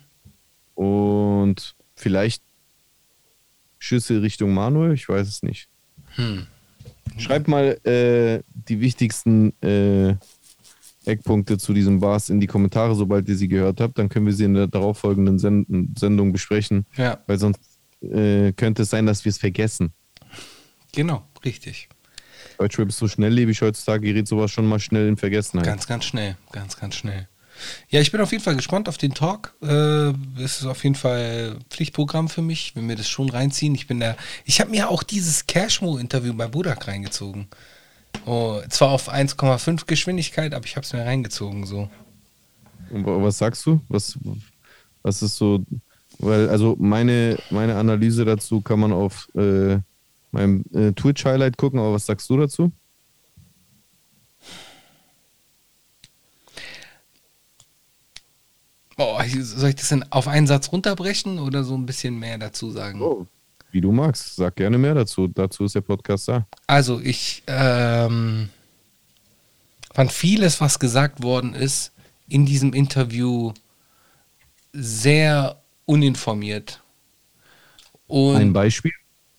Speaker 4: und vielleicht Schüsse Richtung Manuel, ich weiß es nicht.
Speaker 3: Hm.
Speaker 4: Schreibt mal äh, die wichtigsten äh, Eckpunkte zu diesen Bars in die Kommentare, sobald ihr sie gehört habt. Dann können wir sie in der darauffolgenden Send Sendung besprechen,
Speaker 3: Ja,
Speaker 4: weil sonst äh, könnte es sein, dass wir es vergessen.
Speaker 3: genau, richtig.
Speaker 4: Deutschrap ist so schnelllebig heutzutage, gerät sowas schon mal schnell in Vergessenheit.
Speaker 3: Ganz, ganz schnell, ganz, ganz schnell. Ja, ich bin auf jeden Fall gespannt auf den Talk. Äh, es ist auf jeden Fall Pflichtprogramm für mich, wenn wir das schon reinziehen. Ich bin da, ich habe mir auch dieses Cashmo-Interview bei Budak reingezogen. Oh, zwar auf eins Komma fünf Geschwindigkeit, aber ich habe es mir reingezogen so.
Speaker 4: Und wa- was sagst du? Was, was ist so, weil, also meine, meine Analyse dazu kann man auf äh, meinem äh, Twitch-Highlight gucken, aber was sagst du dazu?
Speaker 3: Oh, soll ich das denn auf einen Satz runterbrechen oder so ein bisschen mehr dazu sagen?
Speaker 4: Oh, wie du magst, sag gerne mehr dazu. Dazu ist der Podcast da.
Speaker 3: Also ich ähm, fand vieles, was gesagt worden ist, in diesem Interview sehr uninformiert. Und
Speaker 4: Ein Beispiel?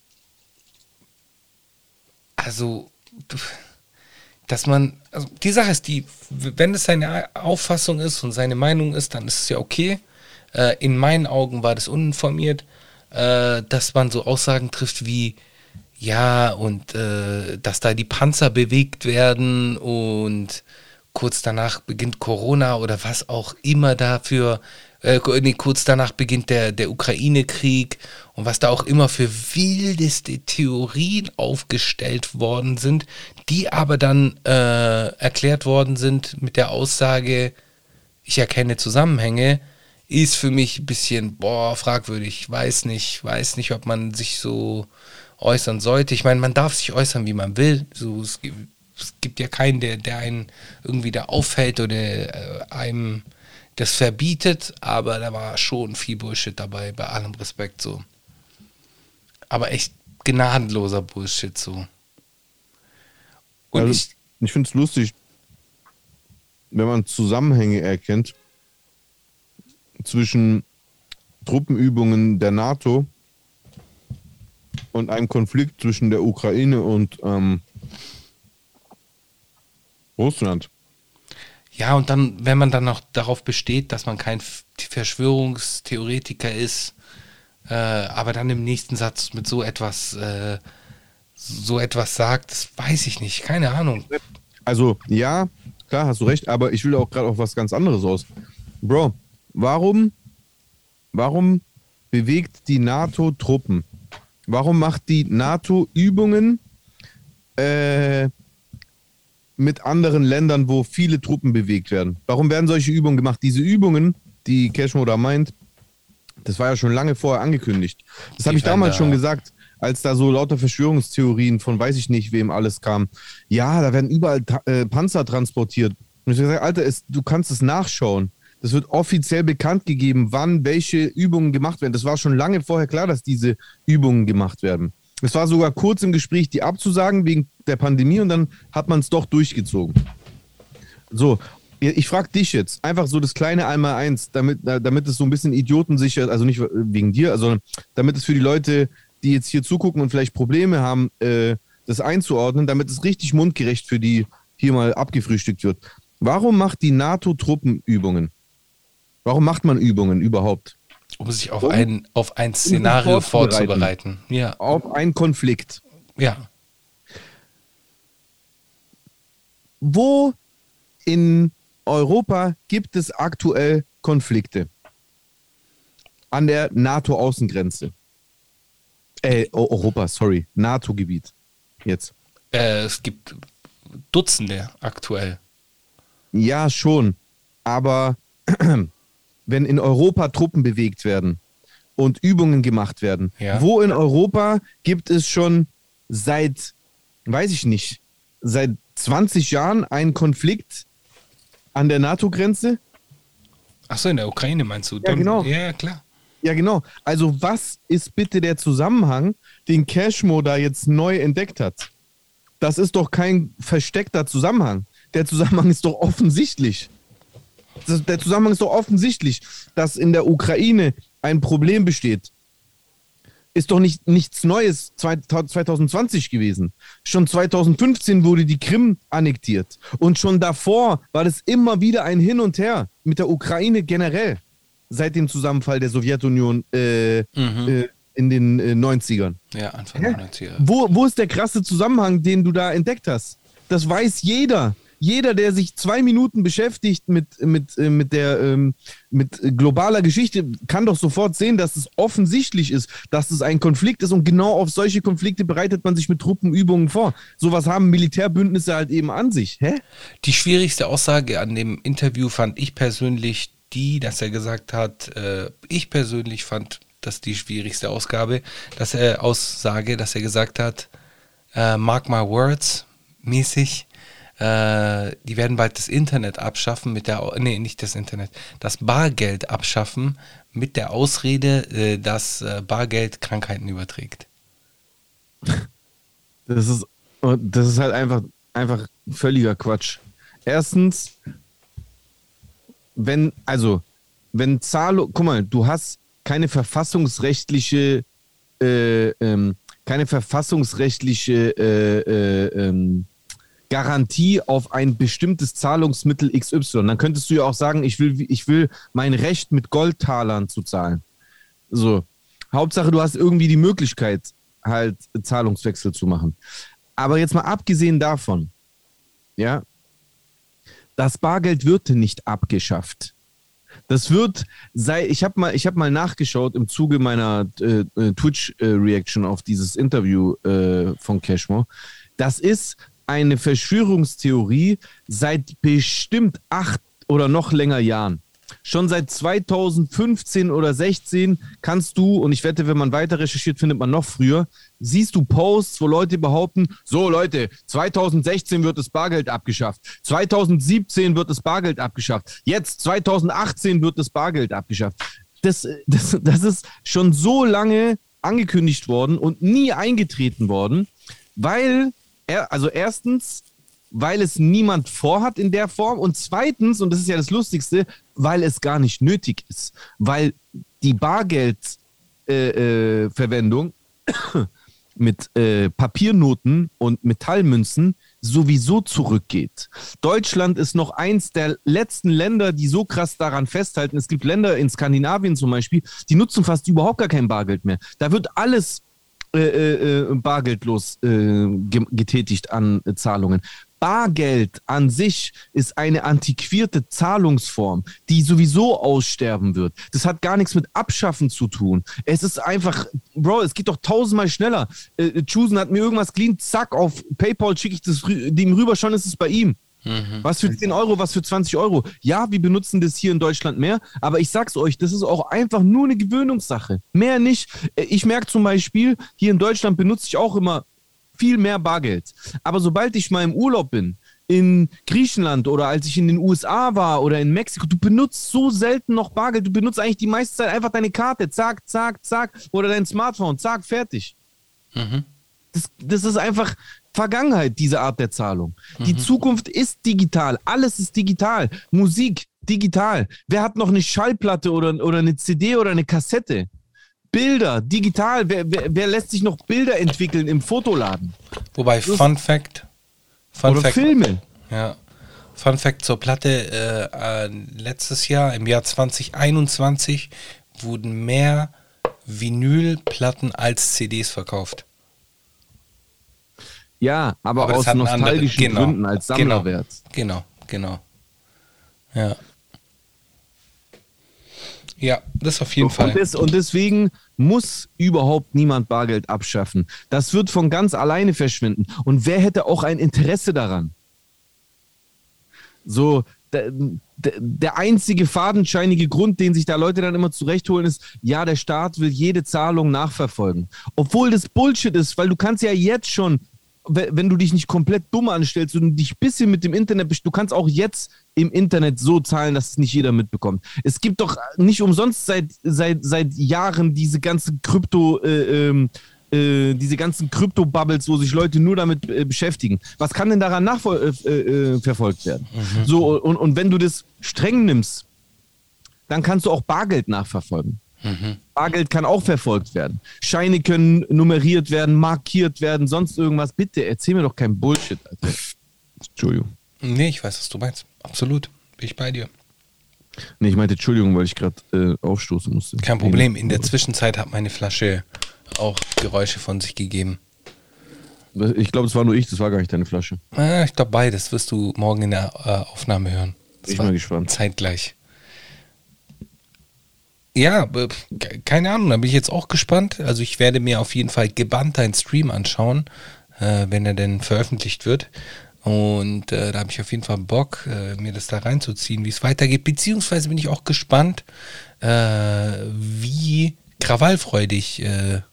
Speaker 3: also, dass man, also die Sache ist die, wenn es seine Auffassung ist und seine Meinung ist, dann ist es ja okay. Äh, in meinen Augen war das uninformiert, äh, dass man so Aussagen trifft wie, ja, und äh, dass da die Panzer bewegt werden und kurz danach beginnt Corona oder was auch immer dafür, äh, nee, kurz danach beginnt der, der Ukraine-Krieg und was da auch immer für wildeste Theorien aufgestellt worden sind, die aber dann äh, erklärt worden sind mit der Aussage, ich erkenne Zusammenhänge, ist für mich ein bisschen, boah, fragwürdig, weiß nicht, weiß nicht, ob man sich so äußern sollte. Ich meine, man darf sich äußern, wie man will. So, es, gibt, es gibt ja keinen, der, der einen irgendwie da auffällt oder äh, einem das verbietet, aber da war schon viel Bullshit dabei, bei allem Respekt so. Aber echt gnadenloser Bullshit so. Und
Speaker 4: Also,
Speaker 3: ich,
Speaker 4: ich finde es lustig, wenn man Zusammenhänge erkennt zwischen Truppenübungen der NATO und einem Konflikt zwischen der Ukraine und ähm, Russland.
Speaker 3: ja, und dann, wenn man dann noch darauf besteht, dass man kein F- Verschwörungstheoretiker ist, äh, aber dann im nächsten Satz mit so etwas, äh, so etwas sagt, das weiß ich nicht, keine Ahnung.
Speaker 4: Also, ja, klar, hast du recht, aber ich will auch gerade auf was ganz anderes aus. Bro, warum, warum bewegt die NATO Truppen? Warum macht die NATO Übungen äh, mit anderen Ländern, wo viele Truppen bewegt werden. Warum werden solche Übungen gemacht? Diese Übungen, die Cashmo da meint, das war ja schon lange vorher angekündigt. Das habe ich damals schon gesagt, als da so lauter Verschwörungstheorien von weiß ich nicht wem alles kam. Ja, da werden überall ta- äh, Panzer transportiert. Und ich habe gesagt, Alter, es, du kannst es nachschauen. Das wird offiziell bekannt gegeben, wann welche Übungen gemacht werden. Das war schon lange vorher klar, dass diese Übungen gemacht werden. Es war sogar kurz im Gespräch, die abzusagen wegen der Pandemie und dann hat man es doch durchgezogen. So, ich frage dich jetzt, einfach so das kleine Einmaleins, damit, damit es so ein bisschen idiotensicher, also nicht wegen dir, sondern damit es für die Leute, die jetzt hier zugucken und vielleicht Probleme haben, äh, das einzuordnen, damit es richtig mundgerecht für die hier mal abgefrühstückt wird. Warum macht die NATO Truppenübungen? Warum macht man Übungen überhaupt?
Speaker 3: Um sich auf, um, ein, auf ein Szenario um vorzubereiten. Ja.
Speaker 4: Auf einen Konflikt.
Speaker 3: Ja.
Speaker 4: Wo in Europa gibt es aktuell Konflikte? An der NATO-Außengrenze. Äh, Europa, sorry. NATO-Gebiet. Jetzt.
Speaker 3: Äh, es gibt Dutzende aktuell.
Speaker 4: Ja, schon. Aber wenn in Europa Truppen bewegt werden und Übungen gemacht werden, ja. Wo in Europa gibt es schon seit, weiß ich nicht, seit zwanzig Jahren einen Konflikt an der NATO-Grenze?
Speaker 3: Achso, in der Ukraine meinst du?
Speaker 4: Ja, genau.
Speaker 3: Ja, klar.
Speaker 4: Ja, genau. Also was ist bitte der Zusammenhang, den Cashmo da jetzt neu entdeckt hat? Das ist doch kein versteckter Zusammenhang. Der Zusammenhang ist doch offensichtlich. Das, der Zusammenhang ist doch offensichtlich, dass in der Ukraine ein Problem besteht. Ist doch nicht, nichts Neues zwanzig zwanzig gewesen. Schon zwanzig fünfzehn wurde die Krim annektiert. Und schon davor war das immer wieder ein Hin und Her mit der Ukraine generell. Seit dem Zusammenfall der Sowjetunion äh, mhm. äh, in den äh, neunzigern.
Speaker 3: Ja, Anfang der neunziger.
Speaker 4: Wo, wo ist der krasse Zusammenhang, den du da entdeckt hast? Das weiß jeder. Jeder, der sich zwei Minuten beschäftigt mit, mit, mit, der, ähm, mit globaler Geschichte, kann doch sofort sehen, dass es offensichtlich ist, dass es ein Konflikt ist und genau auf solche Konflikte bereitet man sich mit Truppenübungen vor. Sowas haben Militärbündnisse halt eben an sich. Hä?
Speaker 3: Die schwierigste Aussage an dem Interview fand ich persönlich die, dass er gesagt hat, äh, ich persönlich fand das die schwierigste Ausgabe, dass er Aussage, dass er gesagt hat, äh, mark my words, mäßig, die werden bald das Internet abschaffen mit der, nee, nicht das Internet, das Bargeld abschaffen mit der Ausrede, dass Bargeld Krankheiten überträgt.
Speaker 4: Das ist, das ist halt einfach, einfach völliger Quatsch. Erstens, wenn, also, wenn Zahlung, guck mal, du hast keine verfassungsrechtliche, äh, ähm, keine verfassungsrechtliche, äh, äh, ähm, Garantie auf ein bestimmtes Zahlungsmittel X Y. Dann könntest du ja auch sagen, ich will, ich will mein Recht mit Goldtalern zu zahlen. So. Hauptsache, du hast irgendwie die Möglichkeit, halt Zahlungswechsel zu machen. Aber jetzt mal abgesehen davon, ja, das Bargeld wird nicht abgeschafft. Das wird, sei, ich habe mal, ich habe mal nachgeschaut im Zuge meiner äh, Twitch-Reaction auf dieses Interview äh, von Cashmo. Das ist eine Verschwörungstheorie seit bestimmt acht oder noch länger Jahren. Schon seit zwanzig fünfzehn oder sechzehn kannst du, und ich wette, wenn man weiter recherchiert, findet man noch früher, siehst du Posts, wo Leute behaupten, so Leute, zwanzig sechzehn wird das Bargeld abgeschafft, zwanzig siebzehn wird das Bargeld abgeschafft, jetzt zwanzig achtzehn wird das Bargeld abgeschafft. Das, das, das ist schon so lange angekündigt worden und nie eingetreten worden, weil Also erstens, weil es niemand vorhat in der Form und zweitens, und das ist ja das Lustigste, weil es gar nicht nötig ist, weil die Bargeldverwendung äh, äh, mit äh, Papiernoten und Metallmünzen sowieso zurückgeht. Deutschland ist noch eins der letzten Länder, die so krass daran festhalten. Es gibt Länder in Skandinavien zum Beispiel, die nutzen fast überhaupt gar kein Bargeld mehr. Da wird alles Äh, äh, bargeldlos äh, ge- getätigt an äh, Zahlungen. Bargeld an sich ist eine antiquierte Zahlungsform, die sowieso aussterben wird. Das hat gar nichts mit Abschaffen zu tun. Es ist einfach, Bro, es geht doch tausendmal schneller. Äh, Chusen hat mir irgendwas clean, zack, auf PayPal schicke ich das rü- dem rüber, schon ist es bei ihm. Mhm. Was für zehn Euro, was für zwanzig Euro. Ja, wir benutzen das hier in Deutschland mehr, aber ich sag's euch, das ist auch einfach nur eine Gewöhnungssache. Mehr nicht. Ich merke zum Beispiel, hier in Deutschland benutze ich auch immer viel mehr Bargeld. Aber sobald ich mal im Urlaub bin, in Griechenland oder als ich in den U S A war oder in Mexiko, du benutzt so selten noch Bargeld. Du benutzt eigentlich die meiste Zeit einfach deine Karte. Zack, zack, zack. Oder dein Smartphone. Zack, fertig. Mhm. Das, das ist einfach Vergangenheit, diese Art der Zahlung. Mhm. Die Zukunft ist digital. Alles ist digital. Musik, digital. Wer hat noch eine Schallplatte oder, oder eine C D oder eine Kassette? Bilder, digital. Wer, wer, wer lässt sich noch Bilder entwickeln im Fotoladen?
Speaker 3: Wobei, das Fun Fact. Fun
Speaker 4: oder
Speaker 3: Fact,
Speaker 4: Filme.
Speaker 3: Ja. Fun Fact zur Platte. Äh, äh, letztes Jahr, im Jahr zwanzig einundzwanzig, wurden mehr Vinylplatten als C Ds verkauft.
Speaker 4: Ja, aber, aber aus nostalgischen andere, genau, Gründen, als Sammlerwert.
Speaker 3: Genau, genau, genau. Ja. Ja, das auf jeden
Speaker 4: und
Speaker 3: Fall.
Speaker 4: Das, und deswegen muss überhaupt niemand Bargeld abschaffen. Das wird von ganz alleine verschwinden. Und wer hätte auch ein Interesse daran? So, der, der, der einzige fadenscheinige Grund, den sich da Leute dann immer zurechtholen, ist, ja, der Staat will jede Zahlung nachverfolgen. Obwohl das Bullshit ist, weil du kannst ja jetzt schon, wenn du dich nicht komplett dumm anstellst und dich ein bisschen mit dem Internet, du kannst auch jetzt im Internet so zahlen, dass es nicht jeder mitbekommt. Es gibt doch nicht umsonst seit, seit, seit Jahren diese ganzen Krypto, äh, äh, diese ganzen Krypto-Bubbles, wo sich Leute nur damit äh, beschäftigen. Was kann denn daran nachverfolgt äh, äh, werden? Mhm. So, und, und wenn du das streng nimmst, dann kannst du auch Bargeld nachverfolgen. Mhm. Bargeld kann auch verfolgt werden. Scheine können nummeriert werden, markiert werden, sonst irgendwas. Bitte, erzähl mir doch kein Bullshit, Alter. Entschuldigung.
Speaker 3: Nee, ich weiß, was du meinst. Absolut. Bin ich bei dir.
Speaker 4: Nee, ich meinte Entschuldigung, weil ich gerade äh, aufstoßen musste.
Speaker 3: Kein Problem. In der Zwischenzeit hat meine Flasche auch Geräusche von sich gegeben.
Speaker 4: Ich glaube, es war nur ich, das war gar nicht deine Flasche.
Speaker 3: Ah, ich glaube, beides wirst du morgen in der äh, Aufnahme hören. Das
Speaker 4: bin ich mal gespannt.
Speaker 3: Zeitgleich. Ja, keine Ahnung, da bin ich jetzt auch gespannt. Also ich werde mir auf jeden Fall gebannt deinen Stream anschauen, äh, wenn er denn veröffentlicht wird. Und äh, da habe ich auf jeden Fall Bock, äh, mir das da reinzuziehen, wie es weitergeht. Beziehungsweise bin ich auch gespannt, äh, wie krawallfreudig äh,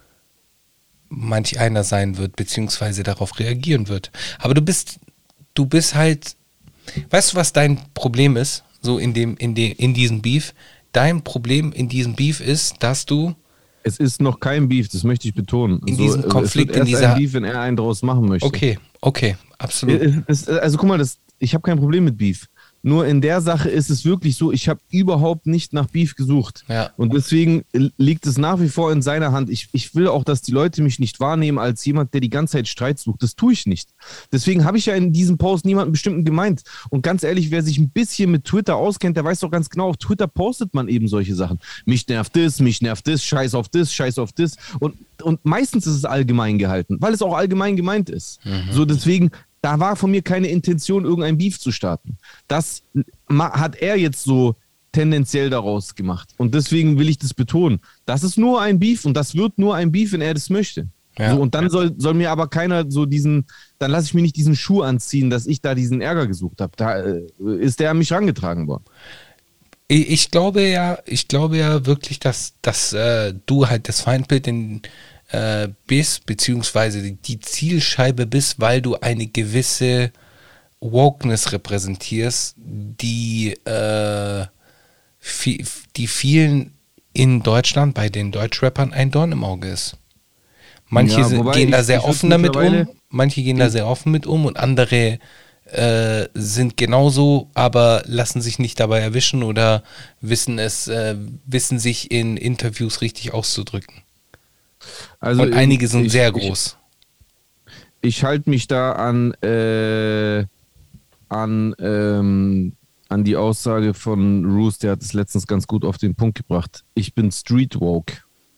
Speaker 3: manch einer sein wird, beziehungsweise darauf reagieren wird. Aber du bist, du bist halt, weißt du, was dein Problem ist, so in dem, in dem, in diesem Beef? Dein Problem in diesem Beef ist, dass du...
Speaker 4: Es ist noch kein Beef, das möchte ich betonen.
Speaker 3: In diesem so, Konflikt,
Speaker 4: es wird
Speaker 3: in
Speaker 4: erst
Speaker 3: dieser...
Speaker 4: ein Beef, wenn er einen draus machen möchte.
Speaker 3: Okay, okay, absolut.
Speaker 4: Es, es, also guck mal, das, ich habe kein Problem mit Beef. Nur in der Sache ist es wirklich so, ich habe überhaupt nicht nach Beef gesucht.
Speaker 3: Ja.
Speaker 4: Und deswegen liegt es nach wie vor in seiner Hand. Ich, ich will auch, dass die Leute mich nicht wahrnehmen als jemand, der die ganze Zeit Streit sucht. Das tue ich nicht. Deswegen habe ich ja in diesem Post niemanden bestimmten gemeint. Und ganz ehrlich, wer sich ein bisschen mit Twitter auskennt, der weiß doch ganz genau, auf Twitter postet man eben solche Sachen. Mich nervt das, mich nervt das, scheiß auf das, scheiß auf das. Und, und meistens ist es allgemein gehalten, weil es auch allgemein gemeint ist. Mhm. So deswegen... Da war von mir keine Intention, irgendein Beef zu starten. Das hat er jetzt so tendenziell daraus gemacht. Und deswegen will ich das betonen. Das ist nur ein Beef und das wird nur ein Beef, wenn er das möchte. Ja. So, und dann soll, soll mir aber keiner so diesen, dann lasse ich mir nicht diesen Schuh anziehen, dass ich da diesen Ärger gesucht habe. Da äh, ist der an mich rangetragen worden.
Speaker 3: Ich glaube ja, ich glaube ja wirklich, dass, dass äh, du halt das Feindbild in äh, bist, beziehungsweise die Zielscheibe bist, weil du eine gewisse Wokeness repräsentierst, die, äh, viel, die vielen in Deutschland, bei den Deutschrappern, ein Dorn im Auge ist. Manche ja, sind, gehen ich, da sehr offen damit um, manche gehen da sehr offen mit um und andere äh, sind genauso, aber lassen sich nicht dabei erwischen oder wissen es, äh, wissen sich in Interviews richtig auszudrücken. Also und einige sind ich, sehr groß.
Speaker 4: Ich, ich halte mich da an äh, an ähm, an die Aussage von Roos, der hat es letztens ganz gut auf den Punkt gebracht. Ich bin Street Woke.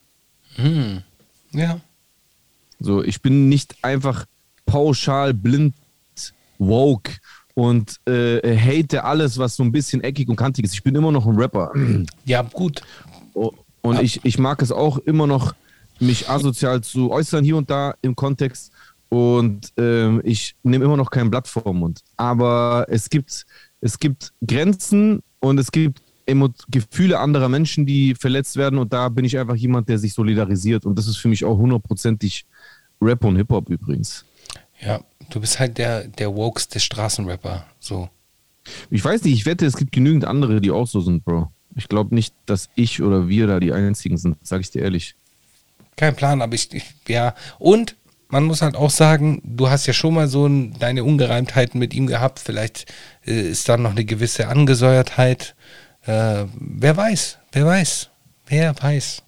Speaker 3: Hm. Ja.
Speaker 4: So, ich bin nicht einfach pauschal blind woke und äh, hate alles, was so ein bisschen eckig und kantig ist. Ich bin immer noch ein Rapper.
Speaker 3: Ja, gut.
Speaker 4: Und ich, ich mag es auch immer noch, mich asozial zu äußern hier und da im Kontext. Und ähm, ich nehme immer noch kein Blatt vor den Mund. Aber es gibt, es gibt Grenzen und es gibt Emo- Gefühle anderer Menschen, die verletzt werden. Und da bin ich einfach jemand, der sich solidarisiert. Und das ist für mich auch hundertprozentig Rap und Hip-Hop übrigens.
Speaker 3: Ja, du bist halt der, der wokeste Straßenrapper. So.
Speaker 4: Ich weiß nicht, ich wette, es gibt genügend andere, die auch so sind, Bro. Ich glaube nicht, dass ich oder wir da die Einzigen sind, sag ich dir ehrlich.
Speaker 3: Kein Plan, aber ich, ich, ja. Und man muss halt auch sagen, du hast ja schon mal so ein, deine Ungereimtheiten mit ihm gehabt. Vielleicht äh, ist da noch eine gewisse Angesäuertheit. Äh, wer weiß, wer weiß, wer weiß.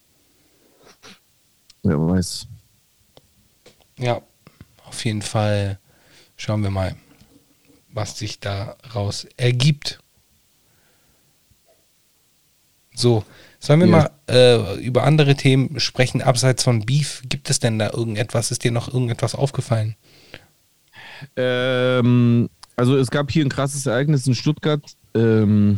Speaker 4: Wer weiß.
Speaker 3: Ja, auf jeden Fall schauen wir mal, was sich daraus ergibt. So, sollen wir
Speaker 4: Ja.
Speaker 3: mal äh, über andere Themen sprechen, abseits von Beef? Gibt es denn da irgendetwas? Ist dir noch irgendetwas aufgefallen?
Speaker 4: Ähm, also es gab hier ein krasses Ereignis in Stuttgart. Ähm,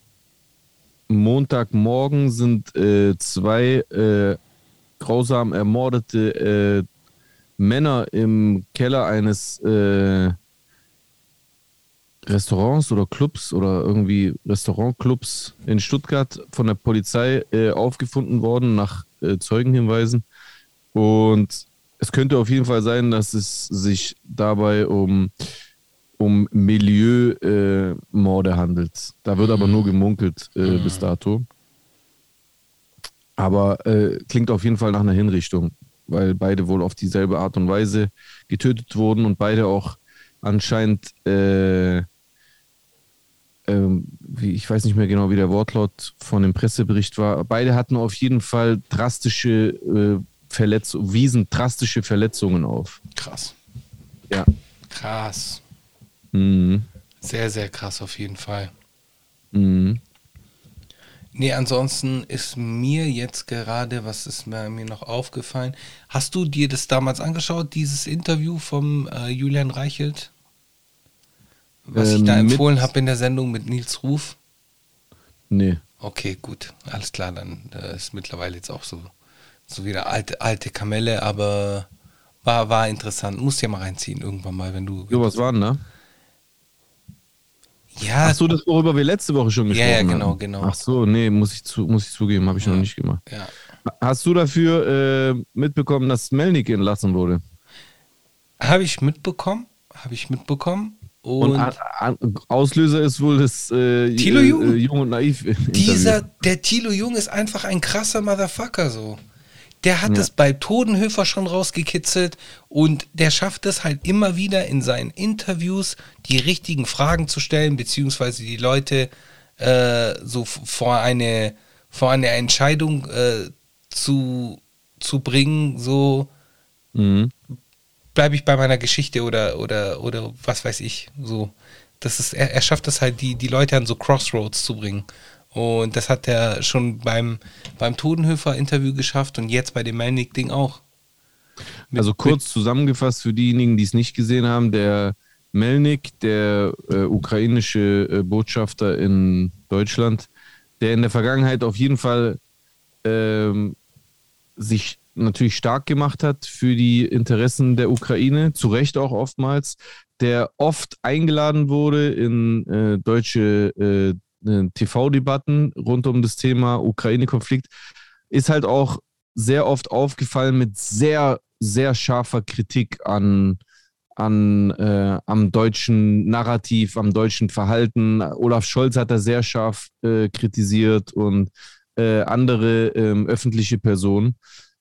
Speaker 4: Montagmorgen sind äh, zwei äh, grausam ermordete äh, Männer im Keller eines äh, Restaurants oder Clubs oder irgendwie Restaurantclubs in Stuttgart von der Polizei äh, aufgefunden worden nach äh, Zeugenhinweisen. Und es könnte auf jeden Fall sein, dass es sich dabei um, um Milieu-Morde äh, handelt. Da wird aber nur gemunkelt äh, bis dato. Aber äh, klingt auf jeden Fall nach einer Hinrichtung, weil beide wohl auf dieselbe Art und Weise getötet wurden und beide auch anscheinend, äh, ähm, wie, ich weiß nicht mehr genau, wie der Wortlaut von dem Pressebericht war, beide hatten auf jeden Fall drastische äh, Verletzungen, wiesen drastische Verletzungen auf.
Speaker 3: Krass.
Speaker 4: Ja.
Speaker 3: Krass.
Speaker 4: Mhm.
Speaker 3: Sehr, sehr krass auf jeden Fall.
Speaker 4: Mhm.
Speaker 3: Nee, ansonsten ist mir jetzt gerade, was ist mir, mir noch aufgefallen? Hast du dir das damals angeschaut, dieses Interview vom äh, Julian Reichelt? Was ich
Speaker 4: Ähm,
Speaker 3: da
Speaker 4: mit-
Speaker 3: empfohlen habe in der Sendung mit Nils Ruf?
Speaker 4: Nee.
Speaker 3: Okay, gut, alles klar, dann äh, ist mittlerweile jetzt auch so, so wieder alte, alte Kamelle, aber war, war interessant. Musst ja mal reinziehen irgendwann mal, wenn du.
Speaker 4: So, was war denn da?
Speaker 3: Ja,
Speaker 4: Ach so, das, worüber wir letzte Woche schon
Speaker 3: Ja,
Speaker 4: gesprochen
Speaker 3: ja,
Speaker 4: haben.
Speaker 3: genau, genau.
Speaker 4: Ach so, nee, muss ich, zu, muss ich zugeben, habe ich noch nicht gemacht.
Speaker 3: ja.
Speaker 4: Hast du dafür äh, mitbekommen, dass Melnik entlassen wurde?
Speaker 3: Habe ich mitbekommen, habe ich mitbekommen.
Speaker 4: Und,
Speaker 3: Und,
Speaker 4: an, an, Auslöser ist wohl das äh,
Speaker 3: Thilo
Speaker 4: äh,
Speaker 3: Jung.
Speaker 4: äh, Jung und Naiv.
Speaker 3: dieser, der Thilo Jung ist einfach ein krasser Motherfucker so. Der hat
Speaker 4: Ja.
Speaker 3: es bei Todenhöfer schon rausgekitzelt und der schafft es halt immer wieder in seinen Interviews, die richtigen Fragen zu stellen, beziehungsweise die Leute äh, so f- vor eine, vor eine Entscheidung äh, zu, zu bringen, so
Speaker 4: Mhm.
Speaker 3: bleibe ich bei meiner Geschichte oder, oder, oder was weiß ich, so. Das ist, er, er schafft es halt, die, die Leute an so Crossroads zu bringen. Und das hat er schon beim, beim Todenhöfer-Interview geschafft und jetzt bei dem Melnick-Ding auch. Mit-
Speaker 4: Also kurz zusammengefasst für diejenigen, die es nicht gesehen haben, der Melnik, der äh, ukrainische äh, Botschafter in Deutschland, der in der Vergangenheit auf jeden Fall ähm, sich natürlich stark gemacht hat für die Interessen der Ukraine, zu Recht auch oftmals, der oft eingeladen wurde in äh, deutsche äh, äh, T V-Debatten rund um das Thema Ukraine-Konflikt, ist halt auch sehr oft aufgefallen mit sehr, sehr scharfer Kritik an, an äh, am deutschen Narrativ, am deutschen Verhalten. Olaf Scholz hat da sehr scharf äh, kritisiert und äh, andere ähm, öffentliche Personen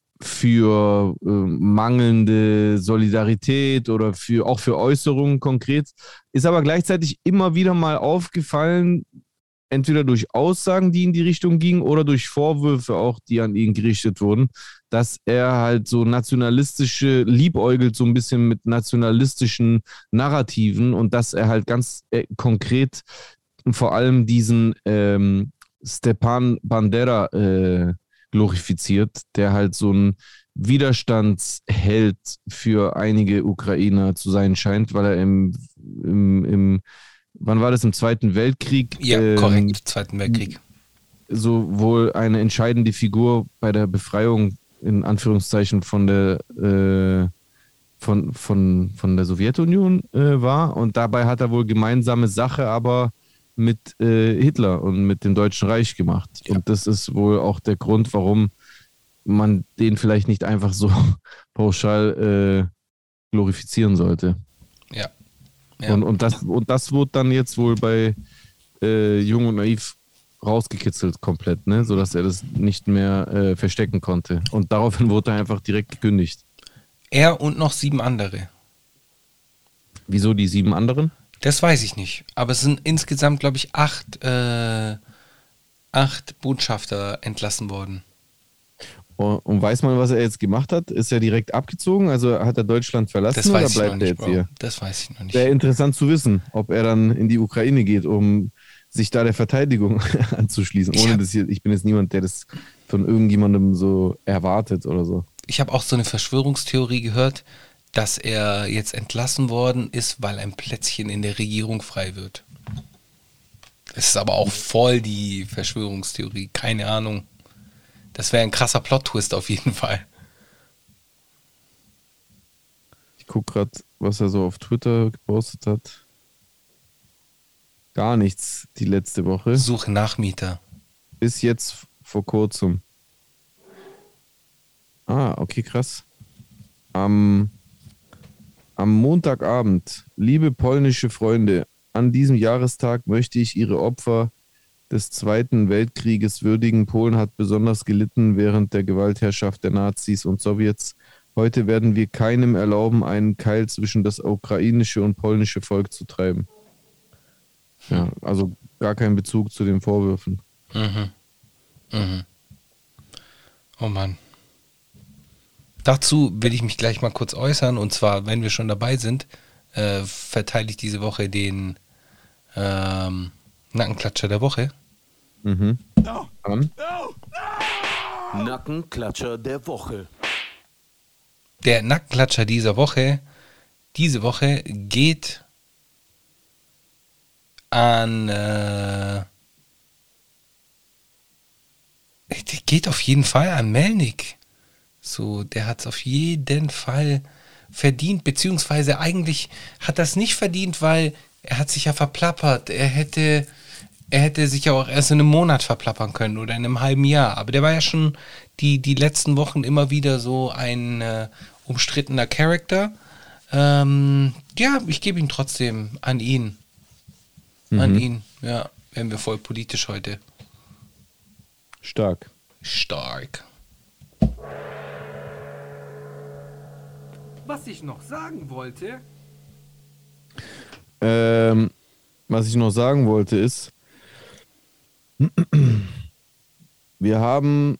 Speaker 4: für äh, mangelnde Solidarität oder für auch für Äußerungen konkret. Ist aber gleichzeitig immer wieder mal aufgefallen, entweder durch Aussagen, die in die Richtung gingen, oder durch Vorwürfe auch, die an ihn gerichtet wurden, dass er halt so nationalistische, liebäugelt so ein bisschen mit nationalistischen Narrativen und dass er halt ganz äh, konkret vor allem diesen ähm, Stepan Bandera äh, glorifiziert, der halt so ein Widerstandsheld für einige Ukrainer zu sein scheint, weil er im im, im, wann war das, im Zweiten Weltkrieg?
Speaker 3: Ja,
Speaker 4: ähm,
Speaker 3: korrekt, Zweiten Weltkrieg.
Speaker 4: So wohl eine entscheidende Figur bei der Befreiung, in Anführungszeichen, von der, äh, von, von, von der Sowjetunion äh, war. Und dabei hat er wohl gemeinsame Sache aber mit äh, Hitler und mit dem Deutschen Reich gemacht.
Speaker 3: Ja.
Speaker 4: Und das ist wohl auch der Grund, warum man den vielleicht nicht einfach so pauschal äh, glorifizieren sollte.
Speaker 3: Ja. ja.
Speaker 4: Und, und, das, und das wurde dann jetzt wohl bei äh, Jung und Naiv rausgekitzelt komplett, ne? Sodass er das nicht mehr äh, verstecken konnte. Und daraufhin wurde er einfach direkt gekündigt.
Speaker 3: Er und noch sieben andere.
Speaker 4: Wieso die sieben anderen?
Speaker 3: Das weiß ich nicht. Aber es sind insgesamt, glaube ich, acht, äh, acht Botschafter entlassen worden.
Speaker 4: Und, und weiß man, was er jetzt gemacht hat? Ist er direkt abgezogen? Also hat er Deutschland verlassen
Speaker 3: Das
Speaker 4: oder
Speaker 3: weiß ich noch
Speaker 4: bleibt er
Speaker 3: nicht,
Speaker 4: jetzt
Speaker 3: Bro.
Speaker 4: hier?
Speaker 3: Das weiß ich noch nicht.
Speaker 4: Wäre interessant zu wissen, ob er dann in die Ukraine geht, um sich da der Verteidigung anzuschließen. Ohne
Speaker 3: Ja.
Speaker 4: dass ich, ich bin jetzt niemand, der das von irgendjemandem so erwartet oder so.
Speaker 3: Ich habe auch so eine Verschwörungstheorie gehört, dass er jetzt entlassen worden ist, weil ein Plätzchen in der Regierung frei wird. Das ist aber auch voll die Verschwörungstheorie. Keine Ahnung. Das wäre ein krasser Plot-Twist auf jeden Fall.
Speaker 4: Ich gucke gerade, was er so auf Twitter gepostet hat. Gar nichts die letzte Woche.
Speaker 3: Suche Nachmieter.
Speaker 4: Bis jetzt vor kurzem. Ah, okay, krass. Am, am Montagabend, liebe polnische Freunde, an diesem Jahrestag möchte ich Ihre Opfer des Zweiten Weltkrieges würdigen. Polen hat besonders gelitten während der Gewaltherrschaft der Nazis und Sowjets. Heute werden wir keinem erlauben, einen Keil zwischen das ukrainische und polnische Volk zu treiben. Ja, also gar kein Bezug zu den Vorwürfen.
Speaker 3: Mhm. Mhm. Oh Mann. Dazu will ich mich gleich mal kurz äußern. Und zwar, wenn wir schon dabei sind, äh, verteile ich diese Woche den ähm, Nackenklatscher der Woche.
Speaker 4: Mhm. An?
Speaker 2: Nackenklatscher der Woche.
Speaker 3: Der Nackenklatscher dieser Woche, diese Woche geht an, äh, geht auf jeden Fall an Melnik. So, der hat es auf jeden Fall verdient, beziehungsweise eigentlich hat das nicht verdient, weil er hat sich ja verplappert. Er hätte, er hätte sich ja auch erst in einem Monat verplappern können oder in einem halben Jahr. Aber der war ja schon die, die letzten Wochen immer wieder so ein äh, umstrittener Charakter. Ähm, ja, ich gebe ihn trotzdem an ihn. An
Speaker 4: Mhm.
Speaker 3: ihn, ja. Werden wir voll politisch heute.
Speaker 4: Stark.
Speaker 3: Stark. Was ich noch sagen wollte.
Speaker 4: Ähm, was ich noch sagen wollte ist, wir haben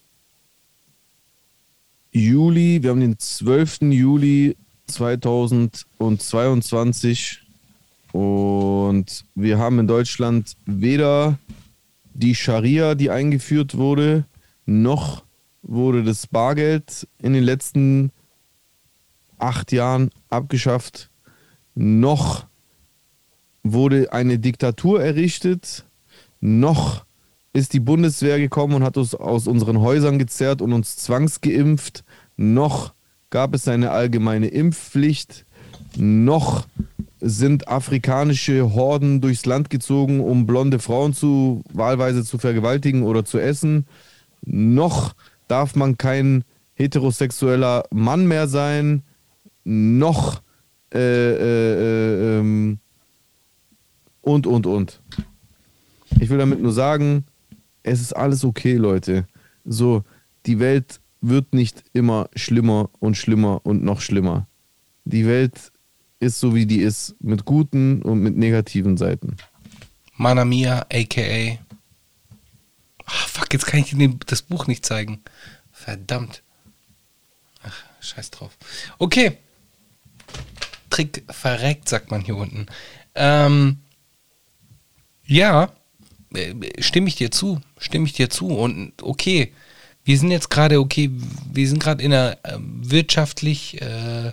Speaker 4: Juli, wir haben den zwölften Juli zweitausendzweiundzwanzig und wir haben in Deutschland weder die Scharia, die eingeführt wurde, noch wurde das Bargeld in den letzten acht Jahren abgeschafft, noch wurde eine Diktatur errichtet, noch ist die Bundeswehr gekommen und hat uns aus unseren Häusern gezerrt und uns zwangsgeimpft, noch gab es eine allgemeine Impfpflicht, noch sind afrikanische Horden durchs Land gezogen, um blonde Frauen zu wahlweise zu vergewaltigen oder zu essen, noch darf man kein heterosexueller Mann mehr sein, noch äh, äh, äh, ähm, und, und, und. Ich will damit nur sagen, es ist alles okay, Leute. So, die Welt wird nicht immer schlimmer und schlimmer und noch schlimmer. Die Welt ist so, wie die ist, mit guten und mit negativen Seiten.
Speaker 3: Mana Mia, a k a. Ach, fuck, jetzt kann ich dir das Buch nicht zeigen. Verdammt. Ach, scheiß drauf. Okay. Trick verreckt, sagt man hier unten. Ähm, ja, äh, stimme ich dir zu. Stimme ich dir zu. Und okay, wir sind jetzt gerade, okay, wir sind gerade in einer äh, wirtschaftlich äh,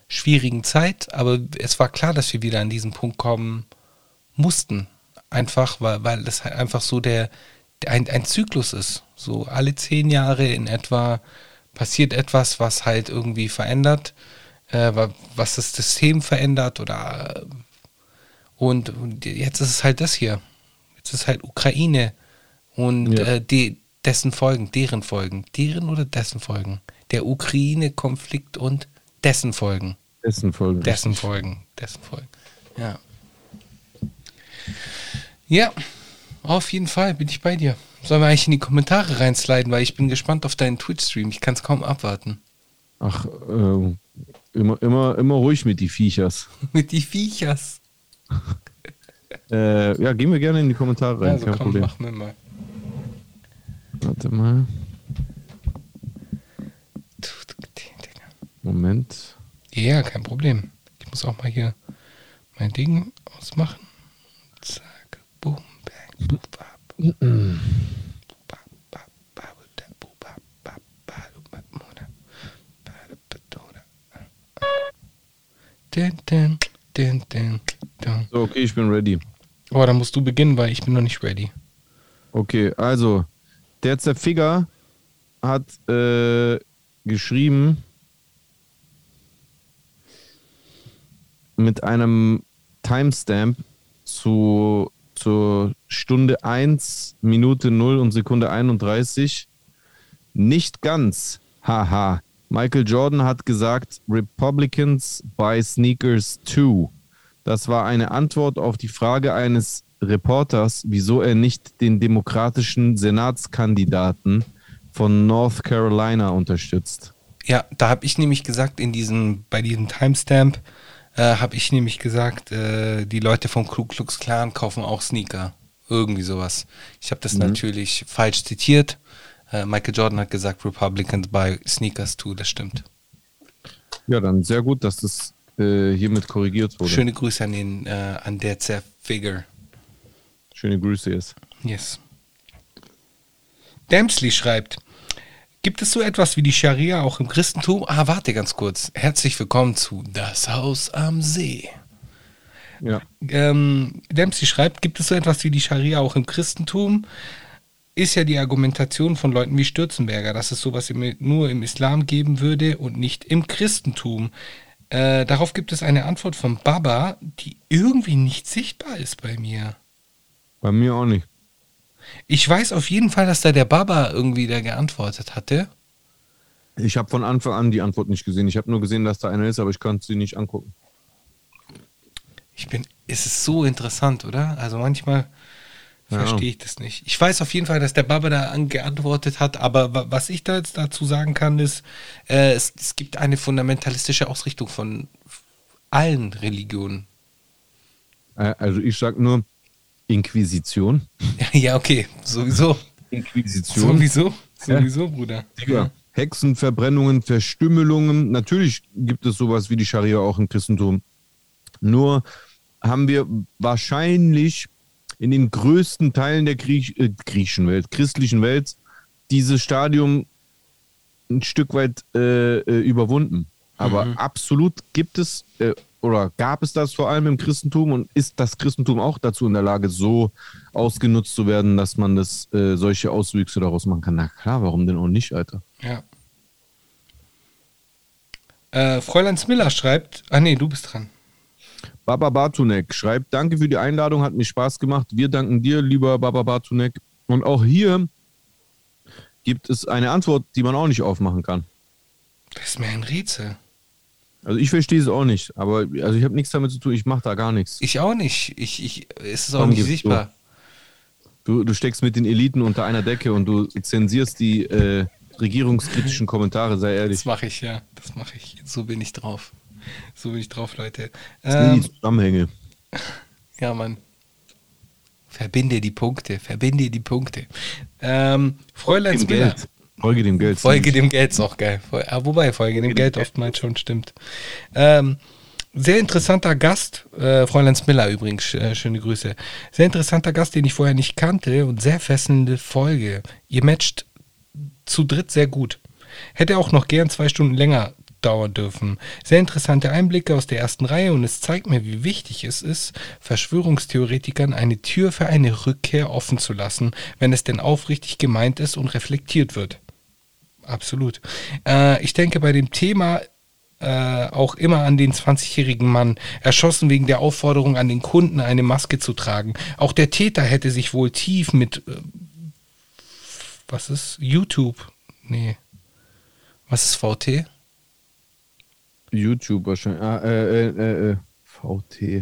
Speaker 3: schwierigen Zeit, aber es war klar, dass wir wieder an diesen Punkt kommen mussten. Einfach, weil, weil das halt einfach so der, der ein, ein Zyklus ist. So alle zehn Jahre in etwa passiert etwas, was halt irgendwie verändert, äh, was das System verändert oder und, und jetzt ist es halt das hier. Jetzt ist halt Ukraine und
Speaker 4: Ja.
Speaker 3: äh, die, dessen Folgen, deren Folgen, deren oder dessen Folgen. Der Ukraine-Konflikt und dessen Folgen.
Speaker 4: Dessen Folgen.
Speaker 3: Dessen Folgen, dessen Folgen. Ja. Ja, auf jeden Fall bin ich bei dir. Sollen wir eigentlich in die Kommentare reinsliden, weil ich bin gespannt auf deinen Twitch-Stream. Ich kann es kaum abwarten.
Speaker 4: Ach, äh, immer, immer, immer ruhig mit die Viechers.
Speaker 3: Mit die Viechers.
Speaker 4: Äh, ja, gehen wir gerne in die Kommentare rein,
Speaker 3: Also
Speaker 4: kein
Speaker 3: komm,
Speaker 4: Problem.
Speaker 3: mach mir mal.
Speaker 4: Warte mal. Moment.
Speaker 3: Ja, kein Problem. Ich muss auch mal hier mein Ding ausmachen. Zack, boom, bang, boom, bap. Dun, dun, dun, dun, dun.
Speaker 4: So, okay, ich bin ready.
Speaker 3: Oh, dann musst du beginnen, weil ich bin noch nicht ready.
Speaker 4: Okay, also, der Zerfiger hat äh, geschrieben mit einem Timestamp zu, zur Stunde eins, Minute null und Sekunde einunddreißig. Nicht ganz, haha. Michael Jordan hat gesagt, Republicans buy sneakers too. Das war eine Antwort auf die Frage eines Reporters, wieso er nicht den demokratischen Senatskandidaten von North Carolina unterstützt.
Speaker 3: Ja, da habe ich nämlich gesagt, in diesem, bei diesem Timestamp, äh, habe ich nämlich gesagt, äh, die Leute vom Ku Klux Klan kaufen auch Sneaker. Irgendwie sowas. Ich habe das
Speaker 4: Mhm.
Speaker 3: natürlich falsch zitiert. Äh, Michael Jordan hat gesagt, Republicans buy sneakers too, das stimmt.
Speaker 4: Ja, dann sehr gut, dass das äh, hiermit korrigiert wurde.
Speaker 3: Schöne Grüße an den, äh, an der Zerfiger.
Speaker 4: Schöne Grüße jetzt.
Speaker 3: Yes. Dempsley schreibt, gibt es so etwas wie die Scharia auch im Christentum? Ah, warte ganz kurz. Herzlich willkommen zu Das Haus am See.
Speaker 4: Ja.
Speaker 3: Ähm, Dempsey schreibt, gibt es so etwas wie die Scharia auch im Christentum? Ist ja die Argumentation von Leuten wie Stürzenberger, dass es sowas im, nur im Islam geben würde und nicht im Christentum. Äh, darauf gibt es eine Antwort von Baba, die irgendwie nicht sichtbar ist bei mir.
Speaker 4: Bei mir auch nicht.
Speaker 3: Ich weiß auf jeden Fall, dass da der Baba irgendwie da geantwortet hatte.
Speaker 4: Ich habe von Anfang an die Antwort nicht gesehen. Ich habe nur gesehen, dass da eine ist, aber ich konnte sie nicht angucken.
Speaker 3: Ich bin, es ist so interessant, oder? Also manchmal
Speaker 4: Ja.
Speaker 3: verstehe ich das nicht. Ich weiß auf jeden Fall, dass der Baba da an- geantwortet hat, aber wa- was ich da jetzt dazu sagen kann, ist, äh, es, es gibt eine fundamentalistische Ausrichtung von allen Religionen.
Speaker 4: Äh, also ich sag nur Inquisition.
Speaker 3: Ja, okay, sowieso.
Speaker 4: Inquisition.
Speaker 3: Sowieso, sowieso, Bruder.
Speaker 4: Digga, Hexenverbrennungen, Verstümmelungen. Natürlich gibt es sowas wie die Scharia auch im Christentum. Nur haben wir wahrscheinlich in den größten Teilen der Griech äh, griechischen Welt, christlichen Welt, dieses Stadium ein Stück weit äh, äh, überwunden. Aber
Speaker 3: Mhm.
Speaker 4: absolut gibt es äh, oder gab es das vor allem im Christentum und ist das Christentum auch dazu in der Lage, so ausgenutzt zu werden, dass man das äh, solche Auswüchse daraus machen kann? Na klar, warum denn auch nicht, Alter?
Speaker 3: Ja. Äh, Fräulein Smiller schreibt, ah nee, du bist dran.
Speaker 4: Baba Batunek schreibt, danke für die Einladung, hat mir Spaß gemacht. Wir danken dir, lieber Baba Batunek. Und auch hier gibt es eine Antwort, die man auch nicht aufmachen kann.
Speaker 3: Das ist mir ein Rätsel.
Speaker 4: Also ich verstehe es auch nicht, aber also ich habe nichts damit zu tun, ich mache da gar nichts.
Speaker 3: Ich auch nicht. Ich, ich, es ist auch
Speaker 4: Komm,
Speaker 3: nicht
Speaker 4: gib's
Speaker 3: sichtbar.
Speaker 4: Du, du steckst mit den Eliten unter einer Decke und du zensierst die äh, regierungskritischen Kommentare, sei ehrlich.
Speaker 3: Das mache ich, ja. Das mache ich. So bin ich drauf. So bin ich drauf, Leute.
Speaker 4: Das sind
Speaker 3: Ähm,
Speaker 4: die Zusammenhänge.
Speaker 3: ja, Mann. Verbinde die Punkte. Verbinde die Punkte. Ähm, Fräulein
Speaker 4: Dem
Speaker 3: Smiller.
Speaker 4: Geld. Folge dem Geld.
Speaker 3: Folge dem Geld ist auch geil. Fol- ah, wobei, Folge dem Geld oftmals schon stimmt. Ähm, sehr interessanter Gast, äh, Fräulein Smiller übrigens, äh, schöne Grüße. Sehr interessanter Gast, den ich vorher nicht kannte und sehr fesselnde Folge. Ihr matcht zu dritt sehr gut. Hätte auch noch gern zwei Stunden länger dauern dürfen. Sehr interessante Einblicke aus der ersten Reihe und es zeigt mir, wie wichtig es ist, Verschwörungstheoretikern eine Tür für eine Rückkehr offen zu lassen, wenn es denn aufrichtig gemeint ist und reflektiert wird. Absolut. Äh, ich denke bei dem Thema äh, auch immer an den zwanzigjährigen Mann, erschossen wegen der Aufforderung an den Kunden, eine Maske zu tragen. Auch der Täter hätte sich wohl tief mit, äh, was ist, YouTube? Nee. Was ist V T?
Speaker 4: YouTube wahrscheinlich. Ah, äh, äh, äh, V T.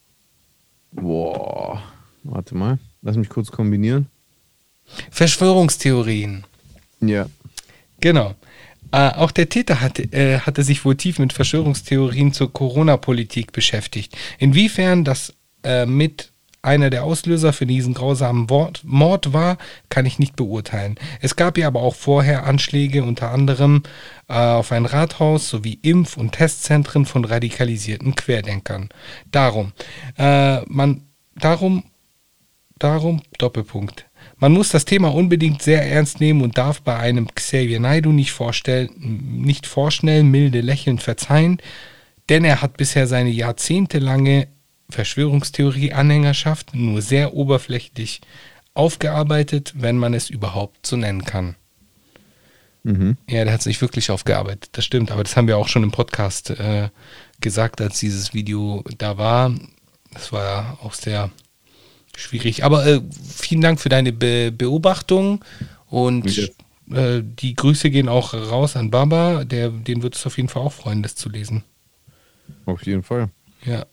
Speaker 4: Boah. Warte mal. Lass mich kurz kombinieren.
Speaker 3: Verschwörungstheorien.
Speaker 4: Ja.
Speaker 3: Genau. Äh, auch der Täter hatte, äh, hatte sich wohl tief mit Verschwörungstheorien zur Corona-Politik beschäftigt. Inwiefern das äh, mit einer der Auslöser für diesen grausamen Wort, Mord war, kann ich nicht beurteilen. Es gab ja aber auch vorher Anschläge, unter anderem äh, auf ein Rathaus sowie Impf- und Testzentren von radikalisierten Querdenkern. Darum, äh, man, darum, darum, Doppelpunkt. Man muss das Thema unbedingt sehr ernst nehmen und darf bei einem Xavier Naidoo nicht, vorstellen, nicht vorschnell milde Lächeln verzeihen, denn er hat bisher seine jahrzehntelange Verschwörungstheorie-Anhängerschaft nur sehr oberflächlich aufgearbeitet, wenn man es überhaupt so nennen kann.
Speaker 4: Mhm.
Speaker 3: Ja, der hat es nicht wirklich aufgearbeitet, das stimmt, aber das haben wir auch schon im Podcast äh, gesagt, als dieses Video da war. Das war ja auch sehr schwierig. Aber äh, vielen Dank für deine Be- Beobachtung und
Speaker 4: Ja.
Speaker 3: äh, die Grüße gehen auch raus an Baba, der, den wird es auf jeden Fall auch freuen, das zu lesen.
Speaker 4: Auf jeden Fall.
Speaker 3: Ja.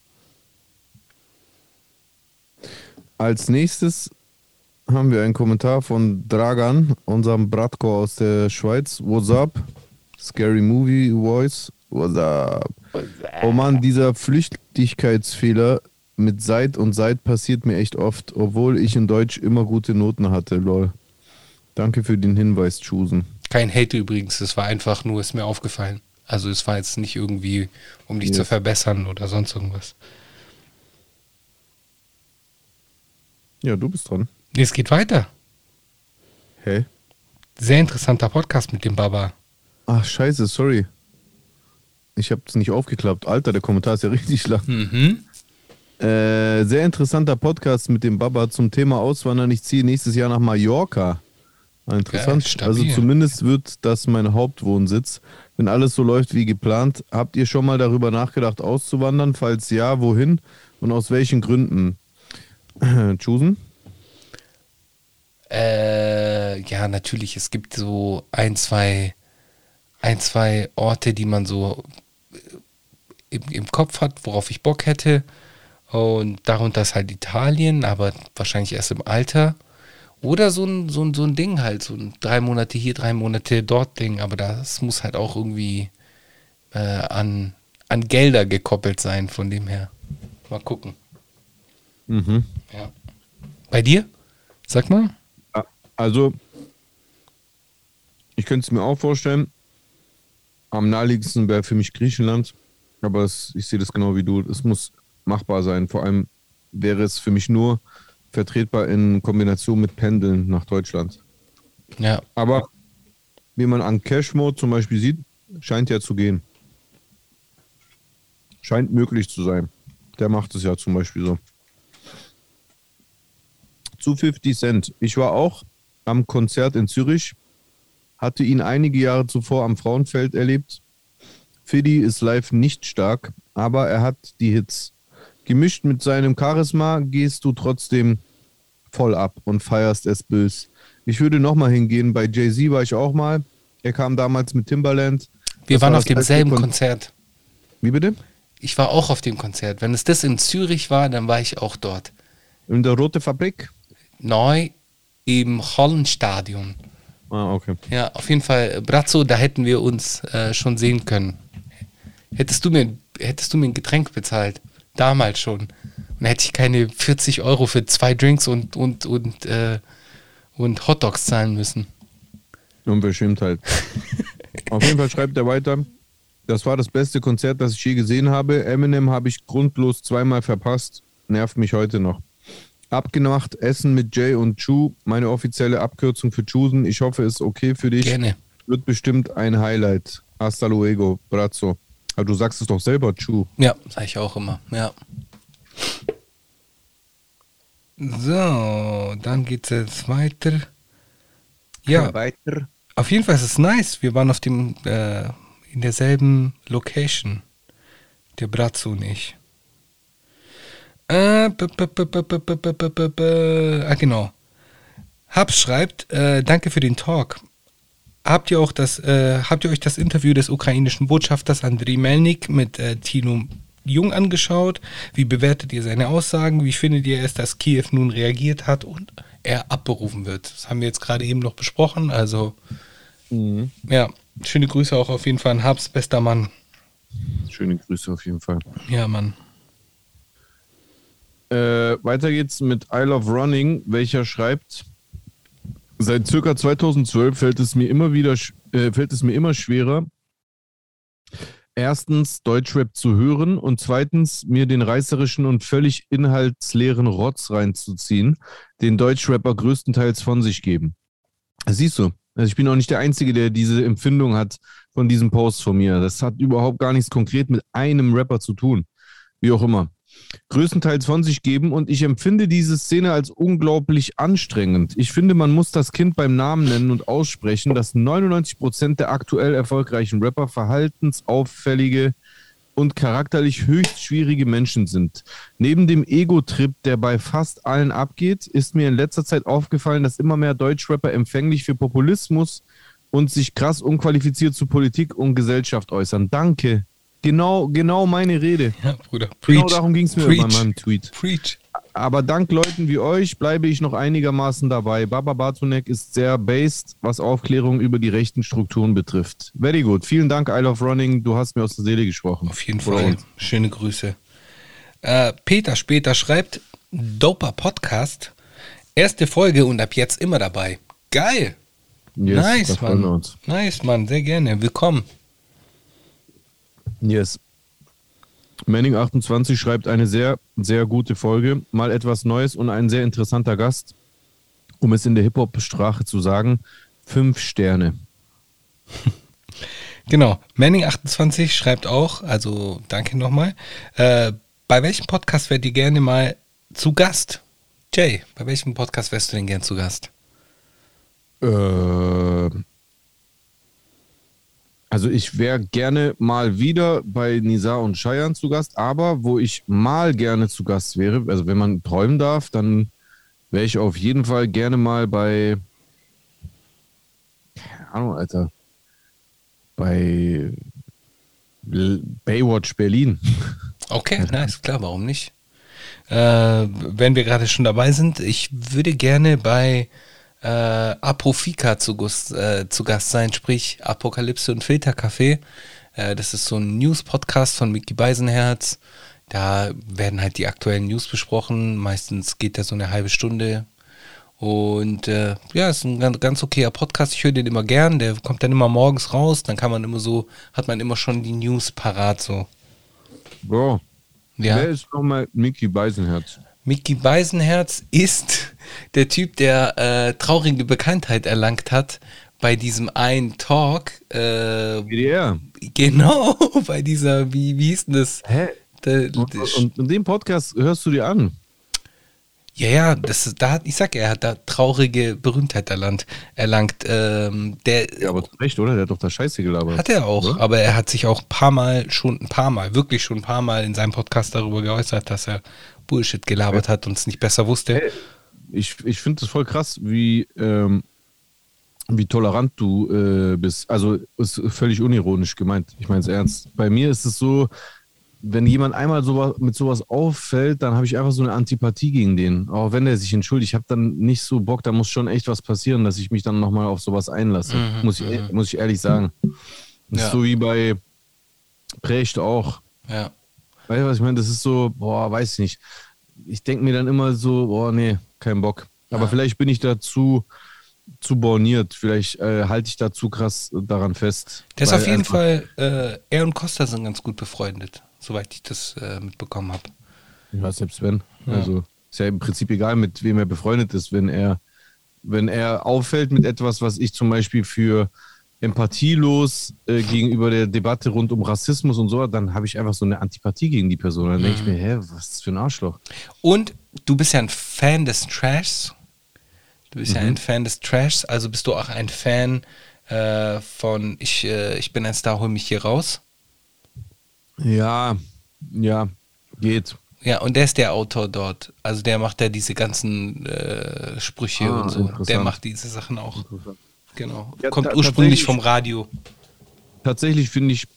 Speaker 4: Als nächstes haben wir einen Kommentar von Dragan, unserem Bratko aus der Schweiz. What's up? Scary Movie Voice. What's up? Oh Mann, dieser Flüchtigkeitsfehler mit Seit und Seit passiert mir echt oft, obwohl ich in Deutsch immer gute Noten hatte, lol. Danke für den Hinweis, Chusen.
Speaker 3: Kein Hate übrigens, es war einfach nur, ist mir aufgefallen. Also es war jetzt nicht irgendwie, um dich
Speaker 4: Yes.
Speaker 3: zu verbessern oder sonst irgendwas.
Speaker 4: Ja, du bist dran.
Speaker 3: Nee, es geht weiter.
Speaker 4: Hä?
Speaker 3: Sehr interessanter Podcast mit dem Baba.
Speaker 4: Ach, scheiße, sorry. Ich hab's nicht aufgeklappt. Alter, der Kommentar ist ja richtig lang.
Speaker 3: Mhm.
Speaker 4: Äh, sehr interessanter Podcast mit dem Baba zum Thema Auswandern. Ich ziehe nächstes Jahr nach Mallorca. Ah, interessant.
Speaker 3: Geil, stabil.
Speaker 4: Also zumindest wird das mein Hauptwohnsitz. Wenn alles so läuft wie geplant, habt ihr schon mal darüber nachgedacht, auszuwandern? Falls ja, wohin und aus welchen Gründen? Chusen?
Speaker 3: Äh, ja, natürlich, es gibt so ein, zwei, ein, zwei Orte, die man so im, im Kopf hat, worauf ich Bock hätte. Und darunter ist halt Italien, aber wahrscheinlich erst im Alter. Oder so ein, so ein, so ein Ding halt, so ein drei Monate hier, drei Monate dort Ding. Aber das muss halt auch irgendwie äh, an, an Gelder gekoppelt sein, von dem her. Mal gucken.
Speaker 4: Mhm.
Speaker 3: Ja. Bei dir? Sag mal.
Speaker 4: Also, ich könnte es mir auch vorstellen. Am naheliegendsten wäre für mich Griechenland. Aber es, ich sehe das genau wie du. Es muss machbar sein. Vor allem wäre es für mich nur vertretbar in Kombination mit Pendeln nach Deutschland.
Speaker 3: Ja.
Speaker 4: Aber wie man an Cashmore zum Beispiel sieht, scheint ja zu gehen. Scheint möglich zu sein. Der macht es ja zum Beispiel so. Zu fünfzig Cent. Ich war auch am Konzert in Zürich, hatte ihn einige Jahre zuvor am Frauenfeld erlebt. Fiddy ist live nicht stark, aber er hat die Hits. Gemischt mit seinem Charisma gehst du trotzdem voll ab und feierst es bös. Ich würde nochmal hingehen, bei Jay-Z war ich auch mal. Er kam damals mit Timbaland.
Speaker 3: Wir
Speaker 4: Das
Speaker 3: waren
Speaker 4: war
Speaker 3: auf
Speaker 4: das
Speaker 3: demselben
Speaker 4: erste Kon-
Speaker 3: Konzert.
Speaker 4: Wie bitte?
Speaker 3: Ich war auch auf dem Konzert. Wenn es das in Zürich war, dann war ich auch dort.
Speaker 4: In der Rote Fabrik?
Speaker 3: Neu im Hallenstadion.
Speaker 4: Ah, okay.
Speaker 3: Ja, auf jeden Fall, Brazzo, da hätten wir uns äh, schon sehen können. Hättest du, mir, hättest du mir ein Getränk bezahlt, damals schon, und dann hätte ich keine vierzig Euro für zwei Drinks und, und, und, äh, und Hotdogs zahlen müssen.
Speaker 4: Unverschämtheit. Auf jeden Fall schreibt er weiter, das war das beste Konzert, das ich je gesehen habe. Eminem habe ich grundlos zweimal verpasst. Nervt mich heute noch. Abgemacht, Essen mit Jay und Chu, meine offizielle Abkürzung für Chusen. Ich hoffe, es ist okay für dich.
Speaker 3: Gerne.
Speaker 4: Wird bestimmt ein Highlight. Hasta luego, Brazzo. Aber du sagst es doch selber, Chu.
Speaker 3: Ja, sag ich auch immer, ja. So, dann geht's jetzt weiter. Ja,
Speaker 4: Weiter.
Speaker 3: auf jeden Fall ist es nice. Wir waren auf dem, äh, in derselben Location. Der Brazzo und ich. Äh, b -b -b -b -b -b -b -b -b ah, genau. Habs schreibt, äh, danke für den Talk. Habt ihr auch das, äh, habt ihr euch das Interview des ukrainischen Botschafters Andriy Melnik mit äh, Tino Jung angeschaut? Wie bewertet ihr seine Aussagen? Wie findet ihr es, dass Kiew nun reagiert hat und er abberufen wird? Das haben wir jetzt gerade eben noch besprochen. Also,
Speaker 4: Mhm.
Speaker 3: ja, schöne Grüße auch auf jeden Fall an Habs, bester Mann.
Speaker 4: Schöne Grüße auf jeden Fall.
Speaker 3: Ja, Mann.
Speaker 4: Äh, weiter geht's mit I Love Running, welcher schreibt: Seit circa zweitausendzwölf fällt es mir immer wieder, sch- äh, fällt es mir immer schwerer, erstens Deutschrap zu hören und zweitens mir den reißerischen und völlig inhaltsleeren Rotz reinzuziehen, den Deutschrapper größtenteils von sich geben. Siehst du, also ich bin auch nicht der Einzige, der diese Empfindung hat von diesem Post von mir. Das hat überhaupt gar nichts konkret mit einem Rapper zu tun. Wie auch immer. Größtenteils von sich geben und ich empfinde diese Szene als unglaublich anstrengend. Ich finde, man muss das Kind beim Namen nennen und aussprechen, dass neunundneunzig Prozent der aktuell erfolgreichen Rapper verhaltensauffällige und charakterlich höchst schwierige Menschen sind. Neben dem Ego-Trip, der bei fast allen abgeht, ist mir in letzter Zeit aufgefallen, dass immer mehr Deutschrapper empfänglich für Populismus und sich krass unqualifiziert zu Politik und Gesellschaft äußern. Danke. Genau, genau meine Rede.
Speaker 3: Ja, Bruder. Preach.
Speaker 4: Genau darum ging es mir
Speaker 3: Preach.
Speaker 4: bei meinem Tweet.
Speaker 3: Preach.
Speaker 4: Aber dank Leuten wie euch bleibe ich noch einigermaßen dabei. Baba Bartonek ist sehr based, was Aufklärung über die rechten Strukturen betrifft. Very good. Vielen Dank, I Love Running. Du hast mir aus der Seele gesprochen.
Speaker 3: Auf jeden
Speaker 4: Oder
Speaker 3: Fall.
Speaker 4: uns.
Speaker 3: Schöne Grüße. Äh, Peter später schreibt, doper Podcast, erste Folge und ab jetzt immer dabei. Geil.
Speaker 4: Yes, da
Speaker 3: nice,
Speaker 4: freuen wir
Speaker 3: Mann.
Speaker 4: uns.
Speaker 3: Nice, Mann. Sehr gerne. Willkommen.
Speaker 4: Yes. Manning achtundzwanzig schreibt eine sehr, sehr gute Folge. Mal etwas Neues und ein sehr interessanter Gast. Um es in der Hip-Hop-Sprache zu sagen, fünf Sterne.
Speaker 3: Genau. Manning achtundzwanzig schreibt auch, also danke nochmal, äh, bei welchem Podcast wärt ihr gerne mal zu Gast? Jay, bei welchem Podcast wärst du denn gern zu Gast?
Speaker 4: Äh, also ich wäre gerne mal wieder bei Nisa und Cheyenne zu Gast, aber wo ich mal gerne zu Gast wäre, also wenn man träumen darf, dann wäre ich auf jeden Fall gerne mal bei, keine Ahnung, Alter, bei L- Baywatch Berlin.
Speaker 3: Okay, nice, klar, warum nicht? Äh, wenn wir gerade schon dabei sind, ich würde gerne bei äh, Apofika zu, Gust, äh, zu Gast sein, sprich Apokalypse und Filterkaffee. Äh, das ist so ein News-Podcast von Micky Beisenherz. Da werden halt die aktuellen News besprochen. Meistens geht das so eine halbe Stunde. Und äh, ja, ist ein ganz, ganz okayer Podcast. Ich höre den immer gern. Der kommt dann immer morgens raus. Dann kann man immer so, hat man immer schon die News parat so.
Speaker 4: Bro,
Speaker 3: Ja.
Speaker 4: wer ist nochmal Micky Beisenherz?
Speaker 3: Micky Beisenherz ist der Typ, der äh, traurige Bekanntheit erlangt hat bei diesem einen Talk. Äh,
Speaker 4: B D R.
Speaker 3: genau, bei dieser, wie, wie hieß denn das?
Speaker 4: Hä?
Speaker 3: Der,
Speaker 4: Und,
Speaker 3: der,
Speaker 4: und, und den Podcast hörst du dir an?
Speaker 3: ja, ja, das ist, da hat, ich sag ja, er hat da traurige Berühmtheit erlangt. erlangt ähm, der
Speaker 4: Ja, aber zu Recht, oder? Der hat doch da Scheiße gelabert.
Speaker 3: hat er auch,
Speaker 4: Oder?
Speaker 3: aber er hat sich auch ein paar Mal, schon ein paar Mal, wirklich schon ein paar Mal in seinem Podcast darüber geäußert, dass er Bullshit gelabert hat und es nicht besser wusste.
Speaker 4: Hey, ich ich finde es voll krass, wie, ähm, wie tolerant du äh, bist. Also ist völlig unironisch gemeint. Ich meine es ernst. Bei mir ist es so, wenn jemand einmal sowas, mit sowas auffällt, dann habe ich einfach so eine Antipathie gegen den. Auch wenn der sich entschuldigt, ich habe dann nicht so Bock, da muss schon echt was passieren, dass ich mich dann nochmal auf sowas einlasse.
Speaker 3: Mhm,
Speaker 4: muss, ich,
Speaker 3: mhm.
Speaker 4: muss ich ehrlich sagen. Das
Speaker 3: Ja.
Speaker 4: ist so wie bei Precht auch.
Speaker 3: Ja.
Speaker 4: Weißt du, was ich meine? Das ist so, boah, weiß ich nicht. Ich denke mir dann immer so, boah, nee, kein Bock. Aber
Speaker 3: Ja.
Speaker 4: vielleicht bin ich da zu, zu borniert. Vielleicht äh, halte ich da zu krass daran fest.
Speaker 3: Der ist
Speaker 4: Weil
Speaker 3: auf jeden
Speaker 4: einfach-
Speaker 3: Fall, äh, er und Costa sind ganz gut befreundet, soweit ich das äh, mitbekommen habe.
Speaker 4: Ja, selbst wenn.
Speaker 3: Ja.
Speaker 4: Also ist ja im Prinzip egal, mit wem er befreundet ist, wenn er, wenn er auffällt mit etwas, was ich zum Beispiel für empathielos äh, gegenüber der Debatte rund um Rassismus und so, dann habe ich einfach so eine Antipathie gegen die Person. Dann denke ich mir, hä, was ist das für ein Arschloch?
Speaker 3: Und du bist ja ein Fan des Trashs. Du bist mhm. ja ein Fan des Trashs, also bist du auch ein Fan äh, von ich, äh, ich bin ein Star, hol mich hier raus.
Speaker 4: Ja, ja, geht.
Speaker 3: Ja, und der ist der Autor dort. Also der macht ja diese ganzen äh, Sprüche ah, und so. Der macht diese Sachen auch. Genau. Ja, Kommt ursprünglich vom Radio.
Speaker 4: Tatsächlich finde ich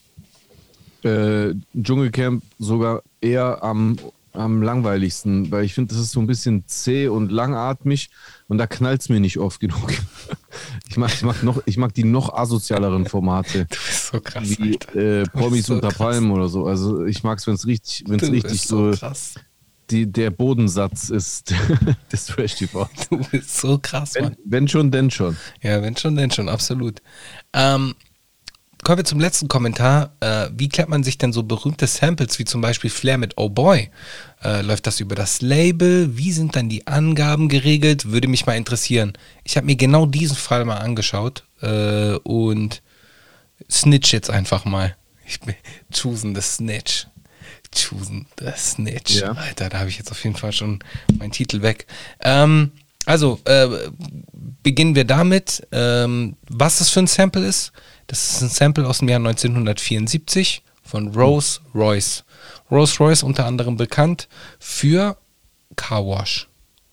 Speaker 4: äh, Dschungelcamp sogar eher am, am langweiligsten, weil ich finde, das ist so ein bisschen zäh und langatmig und da knallt es mir nicht oft genug. Ich mag, ich, mag noch, ich mag die noch asozialeren Formate. Du bist so krass, wie äh, Promis so unter krass. Palmen oder so. Also ich mag es, wenn es richtig, wenn's richtig so, so die, der Bodensatz ist des Trash-T V.
Speaker 3: Du bist so krass,
Speaker 4: wenn,
Speaker 3: Mann.
Speaker 4: Wenn schon, denn schon.
Speaker 3: Ja, wenn schon, denn schon, absolut. Ähm, kommen wir zum letzten Kommentar. Äh, wie klärt man sich denn so berühmte Samples, wie zum Beispiel Flair mit Oh Boy? Äh, läuft das über das Label? Wie sind dann die Angaben geregelt? Würde mich mal interessieren. Ich habe mir genau diesen Fall mal angeschaut äh, und snitch jetzt einfach mal. Ich bin choosen the snitch. Choosen the snitch. Ja. Alter, da habe ich jetzt auf jeden Fall schon meinen Titel weg. Ähm, also, äh, beginnen wir damit, ähm, was das für ein Sample ist. Das ist ein Sample aus dem Jahr neunzehnhundertvierundsiebzig von Rolls Royce. Rolls Royce unter anderem bekannt für Car Wash.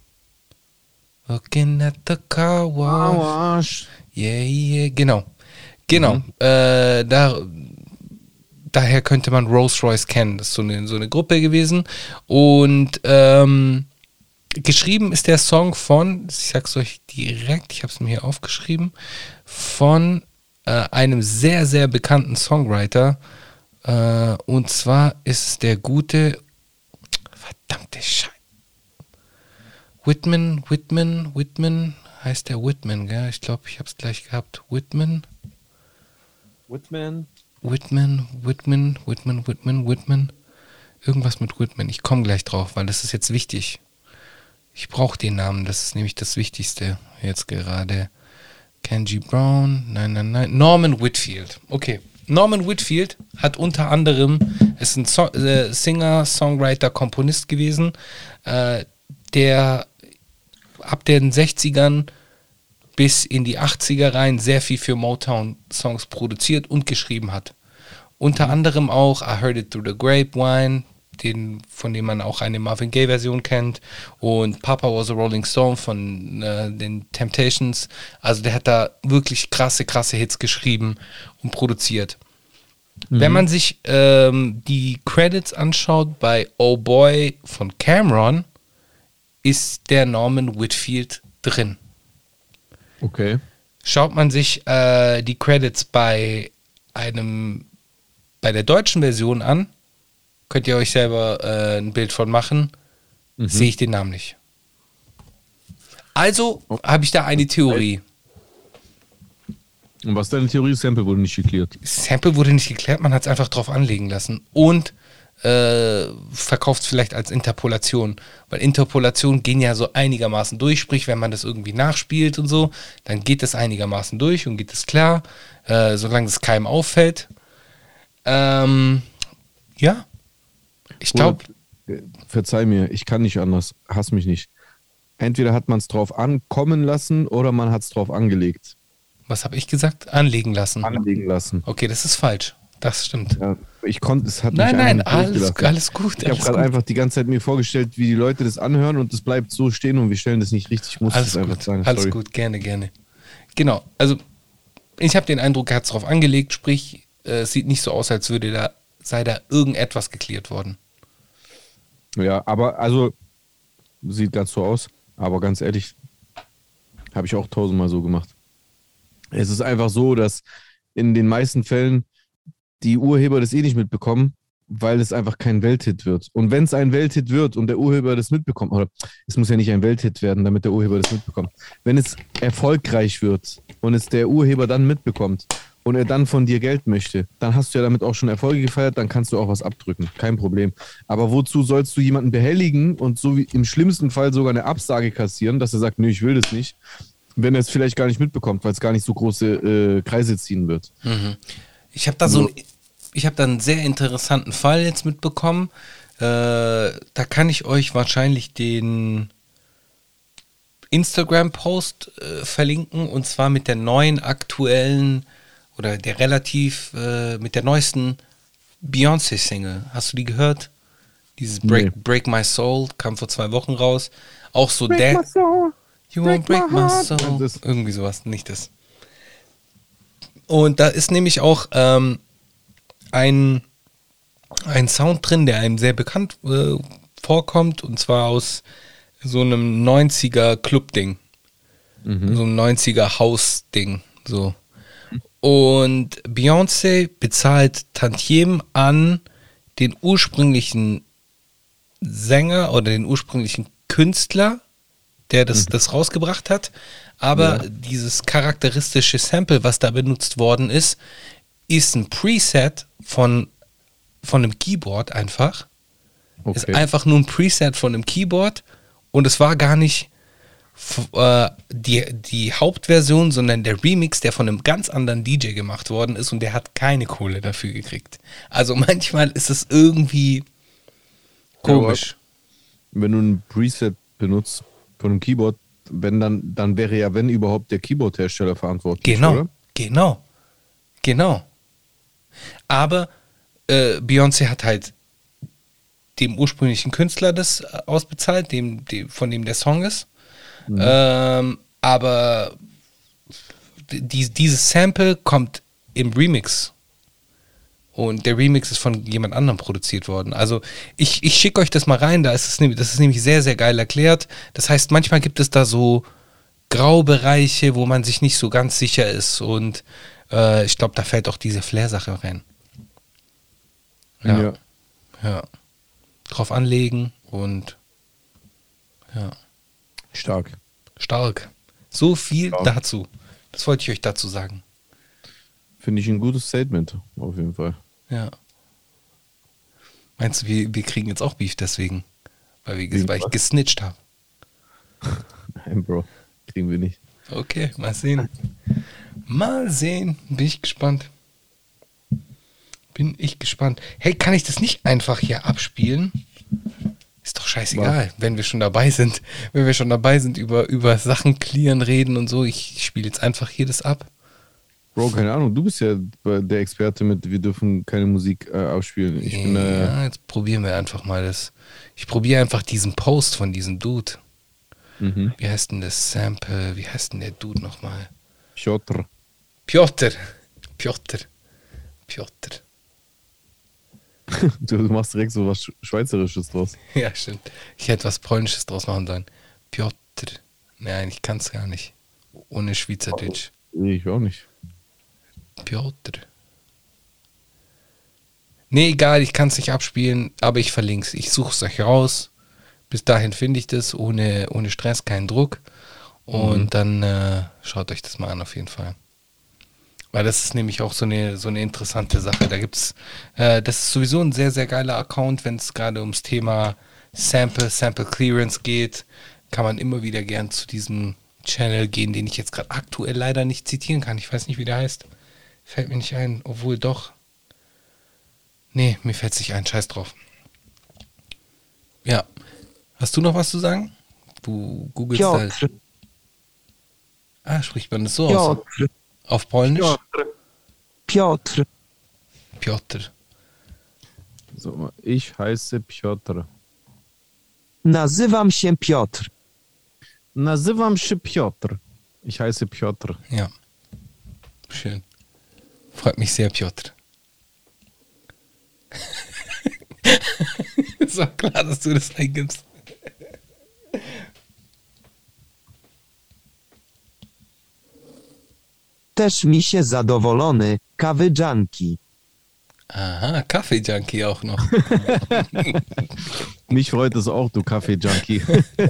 Speaker 3: Looking at the Car Wash. Car Wash. Yeah, yeah, genau. Genau. Mhm. Äh, da, daher könnte man Rolls Royce kennen. Das ist so eine, so eine Gruppe gewesen. Und ähm, geschrieben ist der Song von, ich sag's euch direkt, ich habe es mir hier aufgeschrieben, von einem sehr, sehr bekannten Songwriter. Äh, und zwar ist es der gute, verdammte Scheiße. Whitman, Whitman, Whitman, heißt der Whitman, gell? Ich glaube, ich habe es gleich gehabt. Whitman.
Speaker 4: Whitman.
Speaker 3: Whitman, Whitman, Whitman, Whitman, Whitman. Irgendwas mit Whitman. Ich komme gleich drauf, weil das ist jetzt wichtig. Ich brauche den Namen, das ist nämlich das Wichtigste jetzt gerade. Kenji Brown, nein, nein, nein, Norman Whitfield. Okay, Norman Whitfield hat unter anderem, ist ein so- äh, Singer, Songwriter, Komponist gewesen, äh, der ab den sechzigern bis in die achtziger rein sehr viel für Motown-Songs produziert und geschrieben hat. Unter mhm. anderem auch I Heard It Through the Grapevine, den, von dem man auch eine Marvin Gaye-Version kennt, und Papa Was a Rolling Stone von äh, den Temptations. Also der hat da wirklich krasse, krasse Hits geschrieben und produziert. Mhm. Wenn man sich ähm, die Credits anschaut bei Oh Boy von Cameron, ist der Norman Whitfield drin.
Speaker 4: Okay.
Speaker 3: Schaut man sich äh, die Credits bei einem, bei der deutschen Version an, könnt ihr euch selber äh, ein Bild von machen, mhm. sehe ich den Namen nicht. Also oh. habe ich da eine Theorie.
Speaker 4: Und was ist deine Theorie? Sample wurde nicht geklärt.
Speaker 3: Sample wurde nicht geklärt, man hat es einfach drauf anlegen lassen. Und äh, verkauft es vielleicht als Interpolation. Weil Interpolationen gehen ja so einigermaßen durch, sprich, wenn man das irgendwie nachspielt und so, dann geht es einigermaßen durch und geht es klar, äh, solange es keinem auffällt. Ähm, ja. Ich glaube.
Speaker 4: Verzeih mir, ich kann nicht anders. Hass mich nicht. Entweder hat man es drauf ankommen lassen oder man hat es drauf angelegt.
Speaker 3: Was habe ich gesagt? Anlegen lassen.
Speaker 4: Anlegen lassen.
Speaker 3: Okay, das ist falsch. Das stimmt.
Speaker 4: Ja, ich konnte, es hat
Speaker 3: nein,
Speaker 4: mich
Speaker 3: nein, alles, alles gut.
Speaker 4: Ich habe gerade einfach die ganze Zeit mir vorgestellt, wie die Leute das anhören und es bleibt so stehen und wir stellen das nicht richtig. Ich muss
Speaker 3: alles
Speaker 4: das
Speaker 3: gut,
Speaker 4: einfach sagen.
Speaker 3: Alles
Speaker 4: Sorry.
Speaker 3: gut, gerne, gerne. Genau, also ich habe den Eindruck, er hat es drauf angelegt, sprich, äh, es sieht nicht so aus, als würde da, sei da irgendetwas geklärt worden.
Speaker 4: Ja, aber also sieht ganz so aus, aber ganz ehrlich, habe ich auch tausendmal so gemacht. Es ist einfach so, dass in den meisten Fällen die Urheber das eh nicht mitbekommen, weil es einfach kein Welthit wird. Und wenn es ein Welthit wird und der Urheber das mitbekommt, oder es muss ja nicht ein Welthit werden, damit der Urheber das mitbekommt. Wenn es erfolgreich wird und es der Urheber dann mitbekommt und er dann von dir Geld möchte, dann hast du ja damit auch schon Erfolge gefeiert, dann kannst du auch was abdrücken. Kein Problem. Aber wozu sollst du jemanden behelligen und so wie im schlimmsten Fall sogar eine Absage kassieren, dass er sagt, nö, ich will das nicht, wenn er es vielleicht gar nicht mitbekommt, weil es gar nicht so große äh, Kreise ziehen wird.
Speaker 3: Mhm. Ich habe da so ein, ich habe da einen sehr interessanten Fall jetzt mitbekommen. Äh, da kann ich euch wahrscheinlich den Instagram-Post äh, verlinken, und zwar mit der neuen aktuellen oder der relativ äh, mit der neuesten Beyoncé-Single. Hast du die gehört? Dieses Break,
Speaker 4: Nee.
Speaker 3: Break My Soul kam vor zwei Wochen raus. Auch so
Speaker 4: Break
Speaker 3: der
Speaker 4: my soul.
Speaker 3: You won't
Speaker 4: break
Speaker 3: break
Speaker 4: my
Speaker 3: my
Speaker 4: heart.
Speaker 3: soul.
Speaker 4: Das-
Speaker 3: Irgendwie sowas, nicht das. Und da ist nämlich auch ähm, ein, ein Sound drin, der einem sehr bekannt äh, vorkommt, und zwar aus so einem neunziger Club-Ding. So ein neunziger House-Ding. So. Und Beyoncé bezahlt Tantiemen an den ursprünglichen Sänger oder den ursprünglichen Künstler, der das, das rausgebracht hat. Aber
Speaker 4: Ja.
Speaker 3: dieses charakteristische Sample, was da benutzt worden ist, ist ein Preset von, von einem Keyboard einfach. Ist
Speaker 4: Okay.
Speaker 3: einfach nur ein Preset von einem Keyboard, und es war gar nicht f- äh, die, die Hauptversion, sondern der Remix, der von einem ganz anderen D J gemacht worden ist, und der hat keine Kohle dafür gekriegt. Also manchmal ist es irgendwie komisch.
Speaker 4: Wenn du ein Preset benutzt von einem Keyboard, wenn dann, dann wäre ja, wenn überhaupt, der Keyboard-Hersteller verantwortlich,
Speaker 3: Genau,
Speaker 4: oder?
Speaker 3: genau, genau. Aber äh, Beyoncé hat halt dem ursprünglichen Künstler das äh, ausbezahlt, dem, dem, von dem der Song ist. Ähm, aber die, dieses Sample kommt im Remix. Und der Remix ist von jemand anderem produziert worden. Also ich, ich schicke euch das mal rein, da ist es nämlich, das ist nämlich sehr, sehr geil erklärt. Das heißt, manchmal gibt es da so Graubereiche, wo man sich nicht so ganz sicher ist. Und äh, ich glaube, da fällt auch diese Flair-Sache rein. Ja,
Speaker 4: Ja.
Speaker 3: ja. Drauf anlegen und ja,
Speaker 4: Stark.
Speaker 3: stark. So viel
Speaker 4: Stark.
Speaker 3: dazu. Das wollte ich euch dazu sagen.
Speaker 4: Finde ich ein gutes Statement, auf jeden Fall.
Speaker 3: Ja. Meinst du, wir, wir kriegen jetzt auch Beef deswegen? Weil, wir,
Speaker 4: Wegen
Speaker 3: weil ich
Speaker 4: was?
Speaker 3: gesnitcht habe.
Speaker 4: Nein, Bro. Kriegen wir nicht.
Speaker 3: Okay, mal sehen. Mal sehen. Bin ich gespannt. Bin ich gespannt. Hey, kann ich das nicht einfach hier abspielen? Ist doch scheißegal, wenn wir schon dabei sind. Wenn wir schon dabei sind, über, über Sachen clearen, reden und so. Ich, ich spiele jetzt einfach hier das ab.
Speaker 4: Bro, keine Ahnung, du bist ja der Experte mit, wir dürfen keine Musik äh, abspielen. Ich bin äh,
Speaker 3: ja, jetzt probieren wir einfach mal das. Ich probiere einfach diesen Post von diesem Dude.
Speaker 4: mhm.
Speaker 3: Wie heißt denn das Sample? Wie heißt denn der Dude nochmal?
Speaker 4: Piotr.
Speaker 3: Piotr. Piotr. Piotr.
Speaker 4: Du machst direkt so was Sch- Schweizerisches draus.
Speaker 3: Ja, stimmt. Ich hätte was Polnisches draus machen sollen. Piotr. Nein, ich kann es gar nicht. Ohne Schweizerdeutsch.
Speaker 4: Nee, ich auch nicht.
Speaker 3: Piotr. Nee, egal, ich kann es nicht abspielen, aber ich verlinke es. Ich suche es euch raus. Bis dahin finde ich das, ohne, ohne Stress, keinen Druck. Und
Speaker 4: Mhm.
Speaker 3: dann äh, schaut euch das mal an, auf jeden Fall. Weil das ist nämlich auch so eine, so eine interessante Sache. Da gibt's, äh, das ist sowieso ein sehr, sehr geiler Account, wenn es gerade ums Thema Sample, Sample Clearance geht. Kann man immer wieder gern zu diesem Channel gehen, den ich jetzt gerade aktuell leider nicht zitieren kann. Ich weiß nicht, wie der heißt. Fällt mir nicht ein, obwohl doch. Nee, mir fällt es nicht ein. Scheiß drauf. Ja. Hast du noch was zu sagen? Du googelst halt.
Speaker 2: Piotr,
Speaker 3: Ah, spricht man das so aus?
Speaker 2: Piotr,
Speaker 3: Auf Polnisch?
Speaker 2: Piotr, Piotr.
Speaker 3: Piotr.
Speaker 4: So, ich heiße Piotr.
Speaker 2: Nazywam się Piotr.
Speaker 4: Nazywam się Piotr. Ich heiße Piotr.
Speaker 3: Ja. Schön. Freut mich sehr, Piotr. Ist doch klar, dass du das eingibst.
Speaker 2: Też mi się zadowolony, kawy Janki.
Speaker 3: Aha, Kaffee-Junkie auch noch.
Speaker 4: Mich freut es auch, du Kaffee-Junkie.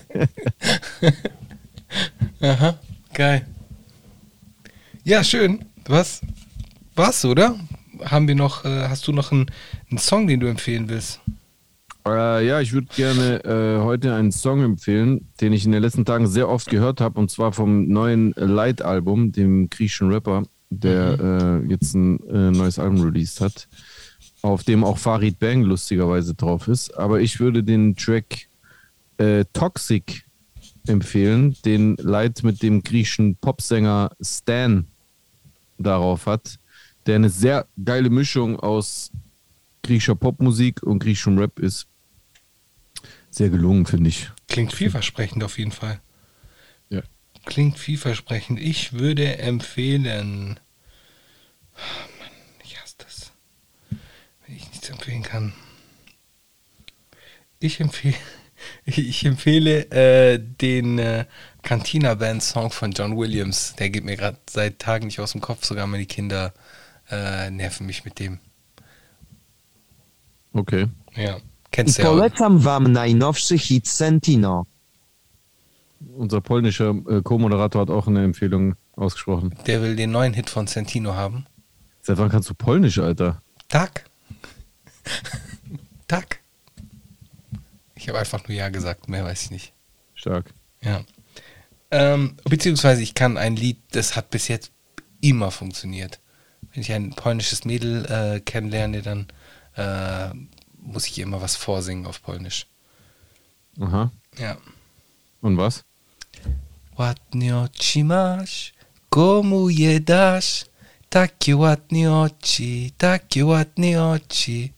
Speaker 3: Aha, geil. Ja, schön. Was? War's, oder? Haben wir noch, äh, hast du noch einen, einen Song, den du empfehlen willst?
Speaker 4: Äh, ja, ich würde gerne äh, heute einen Song empfehlen, den ich in den letzten Tagen sehr oft gehört habe, und zwar vom neuen Light-Album, dem griechischen Rapper, der mhm. äh, jetzt ein äh, neues Album released hat, auf dem auch Farid Bang lustigerweise drauf ist. Aber ich würde den Track äh, Toxic empfehlen, den Light mit dem griechischen Popsänger Stan darauf hat, der eine sehr geile Mischung aus griechischer Popmusik und griechischem Rap ist. Sehr gelungen, finde ich.
Speaker 3: Klingt vielversprechend auf jeden Fall.
Speaker 4: Ja.
Speaker 3: Klingt vielversprechend. Ich würde empfehlen. Oh Mann, ich hasse das. Wenn ich nichts empfehlen kann. Ich empfehle, ich empfehle äh, den äh, Cantina Band Song von John Williams. Der geht mir gerade seit Tagen nicht aus dem Kopf. Sogar meine Kinder äh, nerven mich mit dem.
Speaker 4: Okay.
Speaker 3: Ja, kennst du ja.
Speaker 2: Polecam wam najnowszy hit Sentino.
Speaker 4: Unser polnischer äh, Co-Moderator hat auch eine Empfehlung ausgesprochen.
Speaker 3: Der will den neuen Hit von Sentino haben.
Speaker 4: Seit wann kannst du Polnisch, Alter?
Speaker 3: Tag. Tag. Ich habe einfach nur Ja gesagt, mehr weiß ich nicht.
Speaker 4: Stark.
Speaker 3: Ja. Ähm, beziehungsweise ich kann ein Lied, das hat bis jetzt immer funktioniert. Wenn ich ein polnisches Mädel äh, kennenlerne, dann äh, muss ich ihr immer was vorsingen auf Polnisch.
Speaker 4: Aha.
Speaker 3: Ja.
Speaker 4: Und was?
Speaker 3: Ładnie oczy masz, komu je dasz, takie ładne oczy, takie ładne oczy.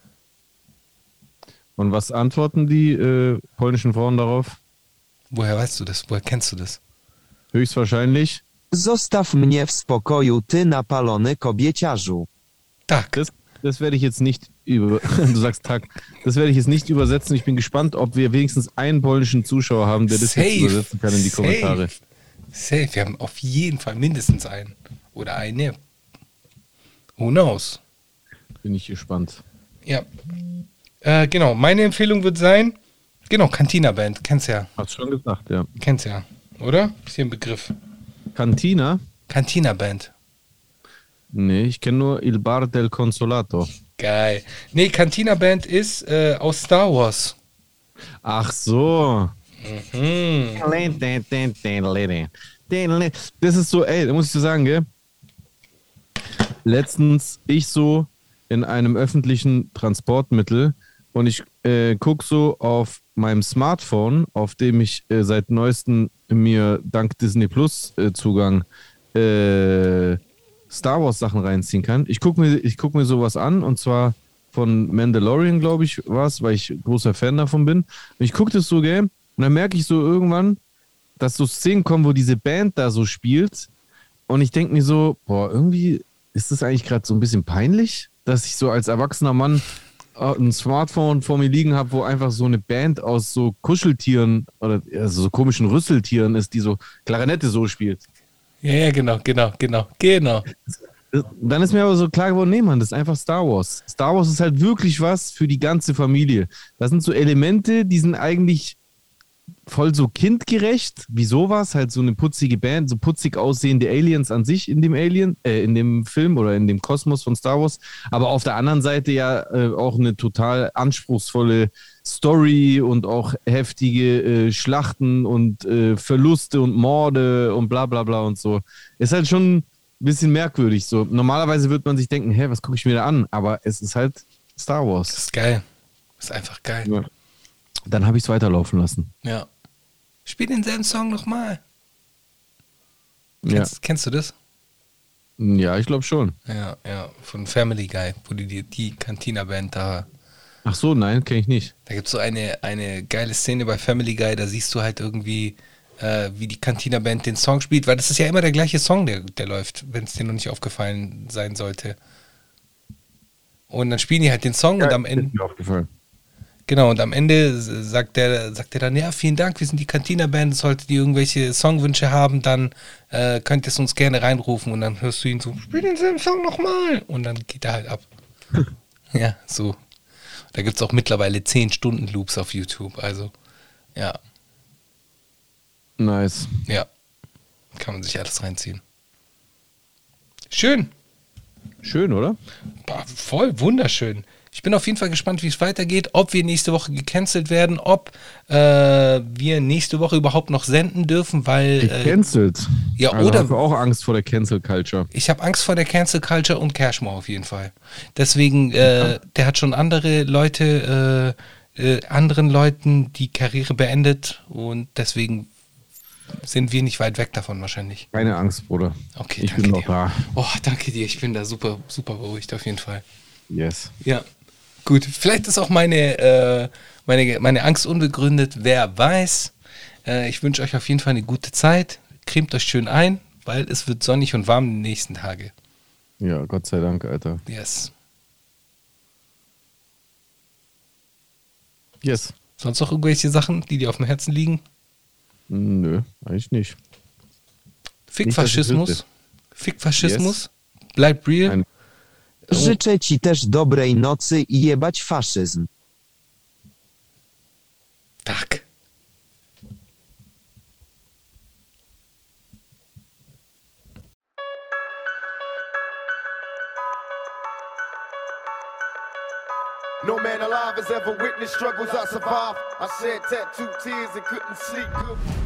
Speaker 4: Und was antworten die äh, polnischen Frauen darauf?
Speaker 3: Woher weißt du das? Woher kennst du das?
Speaker 4: Höchstwahrscheinlich.
Speaker 2: Zostaw mnie w spokoju, ty napalony kobieciarzu.
Speaker 3: Tak.
Speaker 4: Das, das werde ich jetzt nicht über. Du sagst Tag. Das werde ich jetzt nicht übersetzen. Ich bin gespannt, ob wir wenigstens einen polnischen Zuschauer haben, der das
Speaker 3: Safe.
Speaker 4: jetzt übersetzen kann in die
Speaker 3: Safe.
Speaker 4: Kommentare.
Speaker 3: Safe. Wir haben auf jeden Fall mindestens einen. Oder eine. Who knows?
Speaker 4: Bin ich gespannt.
Speaker 3: Ja. Äh, genau. Meine Empfehlung wird sein, genau, Cantina Band. Kennst ja.
Speaker 4: Hast schon gesagt, ja.
Speaker 3: Kennst ja. Oder? Ist hier ein Begriff.
Speaker 4: Cantina?
Speaker 3: Cantina Band.
Speaker 4: Nee, ich kenne nur Il Bar del Consolato.
Speaker 3: Geil. Nee, Cantina Band ist äh, aus Star Wars.
Speaker 4: Ach so.
Speaker 3: Mhm.
Speaker 4: Das ist so, ey, da muss ich so sagen, gell? Letztens ich so in einem öffentlichen Transportmittel und ich äh, gucke so auf meinem Smartphone, auf dem ich äh, seit neuestem mir dank Disney Plus äh, Zugang äh, Star Wars Sachen reinziehen kann. Ich gucke mir, ich guck mir sowas an, und zwar von Mandalorian, glaube ich, was, weil ich großer Fan davon bin. Und ich gucke das so, gell, und dann merke ich so irgendwann, dass so Szenen kommen, wo diese Band da so spielt, und ich denke mir so, boah, irgendwie ist das eigentlich gerade so ein bisschen peinlich, dass ich so als erwachsener Mann ein Smartphone vor mir liegen habe, wo einfach so eine Band aus so Kuscheltieren oder also so komischen Rüsseltieren ist, die so Klarinette so spielt.
Speaker 3: Ja, ja, genau, genau, genau, genau.
Speaker 4: Dann ist mir aber so klar geworden, nee, Mann, das ist einfach Star Wars. Star Wars ist halt wirklich was für die ganze Familie. Das sind so Elemente, die sind eigentlich voll so kindgerecht, wie sowas, halt so eine putzige Band, so putzig aussehende Aliens an sich in dem Alien, äh, in dem Film oder in dem Kosmos von Star Wars, aber auf der anderen Seite ja äh, auch eine total anspruchsvolle Story und auch heftige äh, Schlachten und äh, Verluste und Morde und bla bla bla und so. Ist halt schon ein bisschen merkwürdig so. Normalerweise würde man sich denken, hä, was gucke ich mir da an? Aber es ist halt Star Wars.
Speaker 3: Das ist geil. Das ist einfach geil.
Speaker 4: Ja. Dann habe ich es weiterlaufen lassen.
Speaker 3: Ja. Spiel denselben Song nochmal.
Speaker 4: Ja.
Speaker 3: Kennst, kennst du das?
Speaker 4: Ja, ich glaube schon.
Speaker 3: Ja, ja, von Family Guy, wo die die, die Cantina-Band da.
Speaker 4: Ach so, nein, kenne ich nicht.
Speaker 3: Da gibt es so eine, eine geile Szene bei Family Guy, da siehst du halt irgendwie, äh, wie die Cantina-Band den Song spielt, weil das ist ja immer der gleiche Song, der, der läuft, wenn es dir noch nicht aufgefallen sein sollte. Und dann spielen die halt den Song
Speaker 4: Ja,
Speaker 3: und am Ende.
Speaker 4: ist mir aufgefallen.
Speaker 3: Genau, und am Ende sagt der, sagt der dann, ja, vielen Dank, wir sind die Cantina-Band, solltet ihr irgendwelche Songwünsche haben, dann äh, könnt ihr es uns gerne reinrufen, und dann hörst du ihn so, spiel denselben Song nochmal, und dann geht er halt ab. Ja, so. Da gibt es auch mittlerweile zehn Stunden Loops auf YouTube, also, ja,
Speaker 4: Nice.
Speaker 3: ja, kann man sich alles reinziehen. Schön.
Speaker 4: Schön, oder?
Speaker 3: Boah, voll wunderschön. Ich bin auf jeden Fall gespannt, wie es weitergeht, ob wir nächste Woche gecancelt werden, ob äh, wir nächste Woche überhaupt noch senden dürfen, weil... Äh,
Speaker 4: Gecancelt?
Speaker 3: ja,
Speaker 4: also
Speaker 3: oder...
Speaker 4: hast du auch Angst vor der Cancel Culture?
Speaker 3: Ich habe Angst vor der Cancel Culture und Cashmore auf jeden Fall. Deswegen, äh, ja. der hat schon andere Leute, äh, äh, anderen Leuten die Karriere beendet und deswegen sind wir nicht weit weg davon wahrscheinlich.
Speaker 4: Keine Angst, Bruder.
Speaker 3: Okay,
Speaker 4: ich
Speaker 3: danke
Speaker 4: bin noch
Speaker 3: dir.
Speaker 4: da.
Speaker 3: Oh, danke dir. Ich bin da super, super beruhigt auf jeden Fall.
Speaker 4: Yes.
Speaker 3: Ja, gut. Vielleicht ist auch meine, äh, meine, meine Angst unbegründet. Wer weiß. Äh, ich wünsche euch auf jeden Fall eine gute Zeit. Cremt euch schön ein, weil es wird sonnig und warm die nächsten Tage.
Speaker 4: Ja, Gott sei Dank, Alter.
Speaker 3: Yes.
Speaker 4: Yes.
Speaker 3: Sonst noch irgendwelche Sachen, die dir auf dem Herzen liegen?
Speaker 4: Nö, eigentlich nicht.
Speaker 3: Fick
Speaker 4: Nicht, dass ich
Speaker 3: Faschismus.
Speaker 4: wüsste.
Speaker 3: Fick Faschismus. Bleib real.
Speaker 4: Ein-
Speaker 2: Życzę ci też dobrej nocy i jebać faszyzm.
Speaker 3: Tak.
Speaker 1: No man alive has ever witnessed struggles I survived. I shed tattooed tears and couldn't sleep good.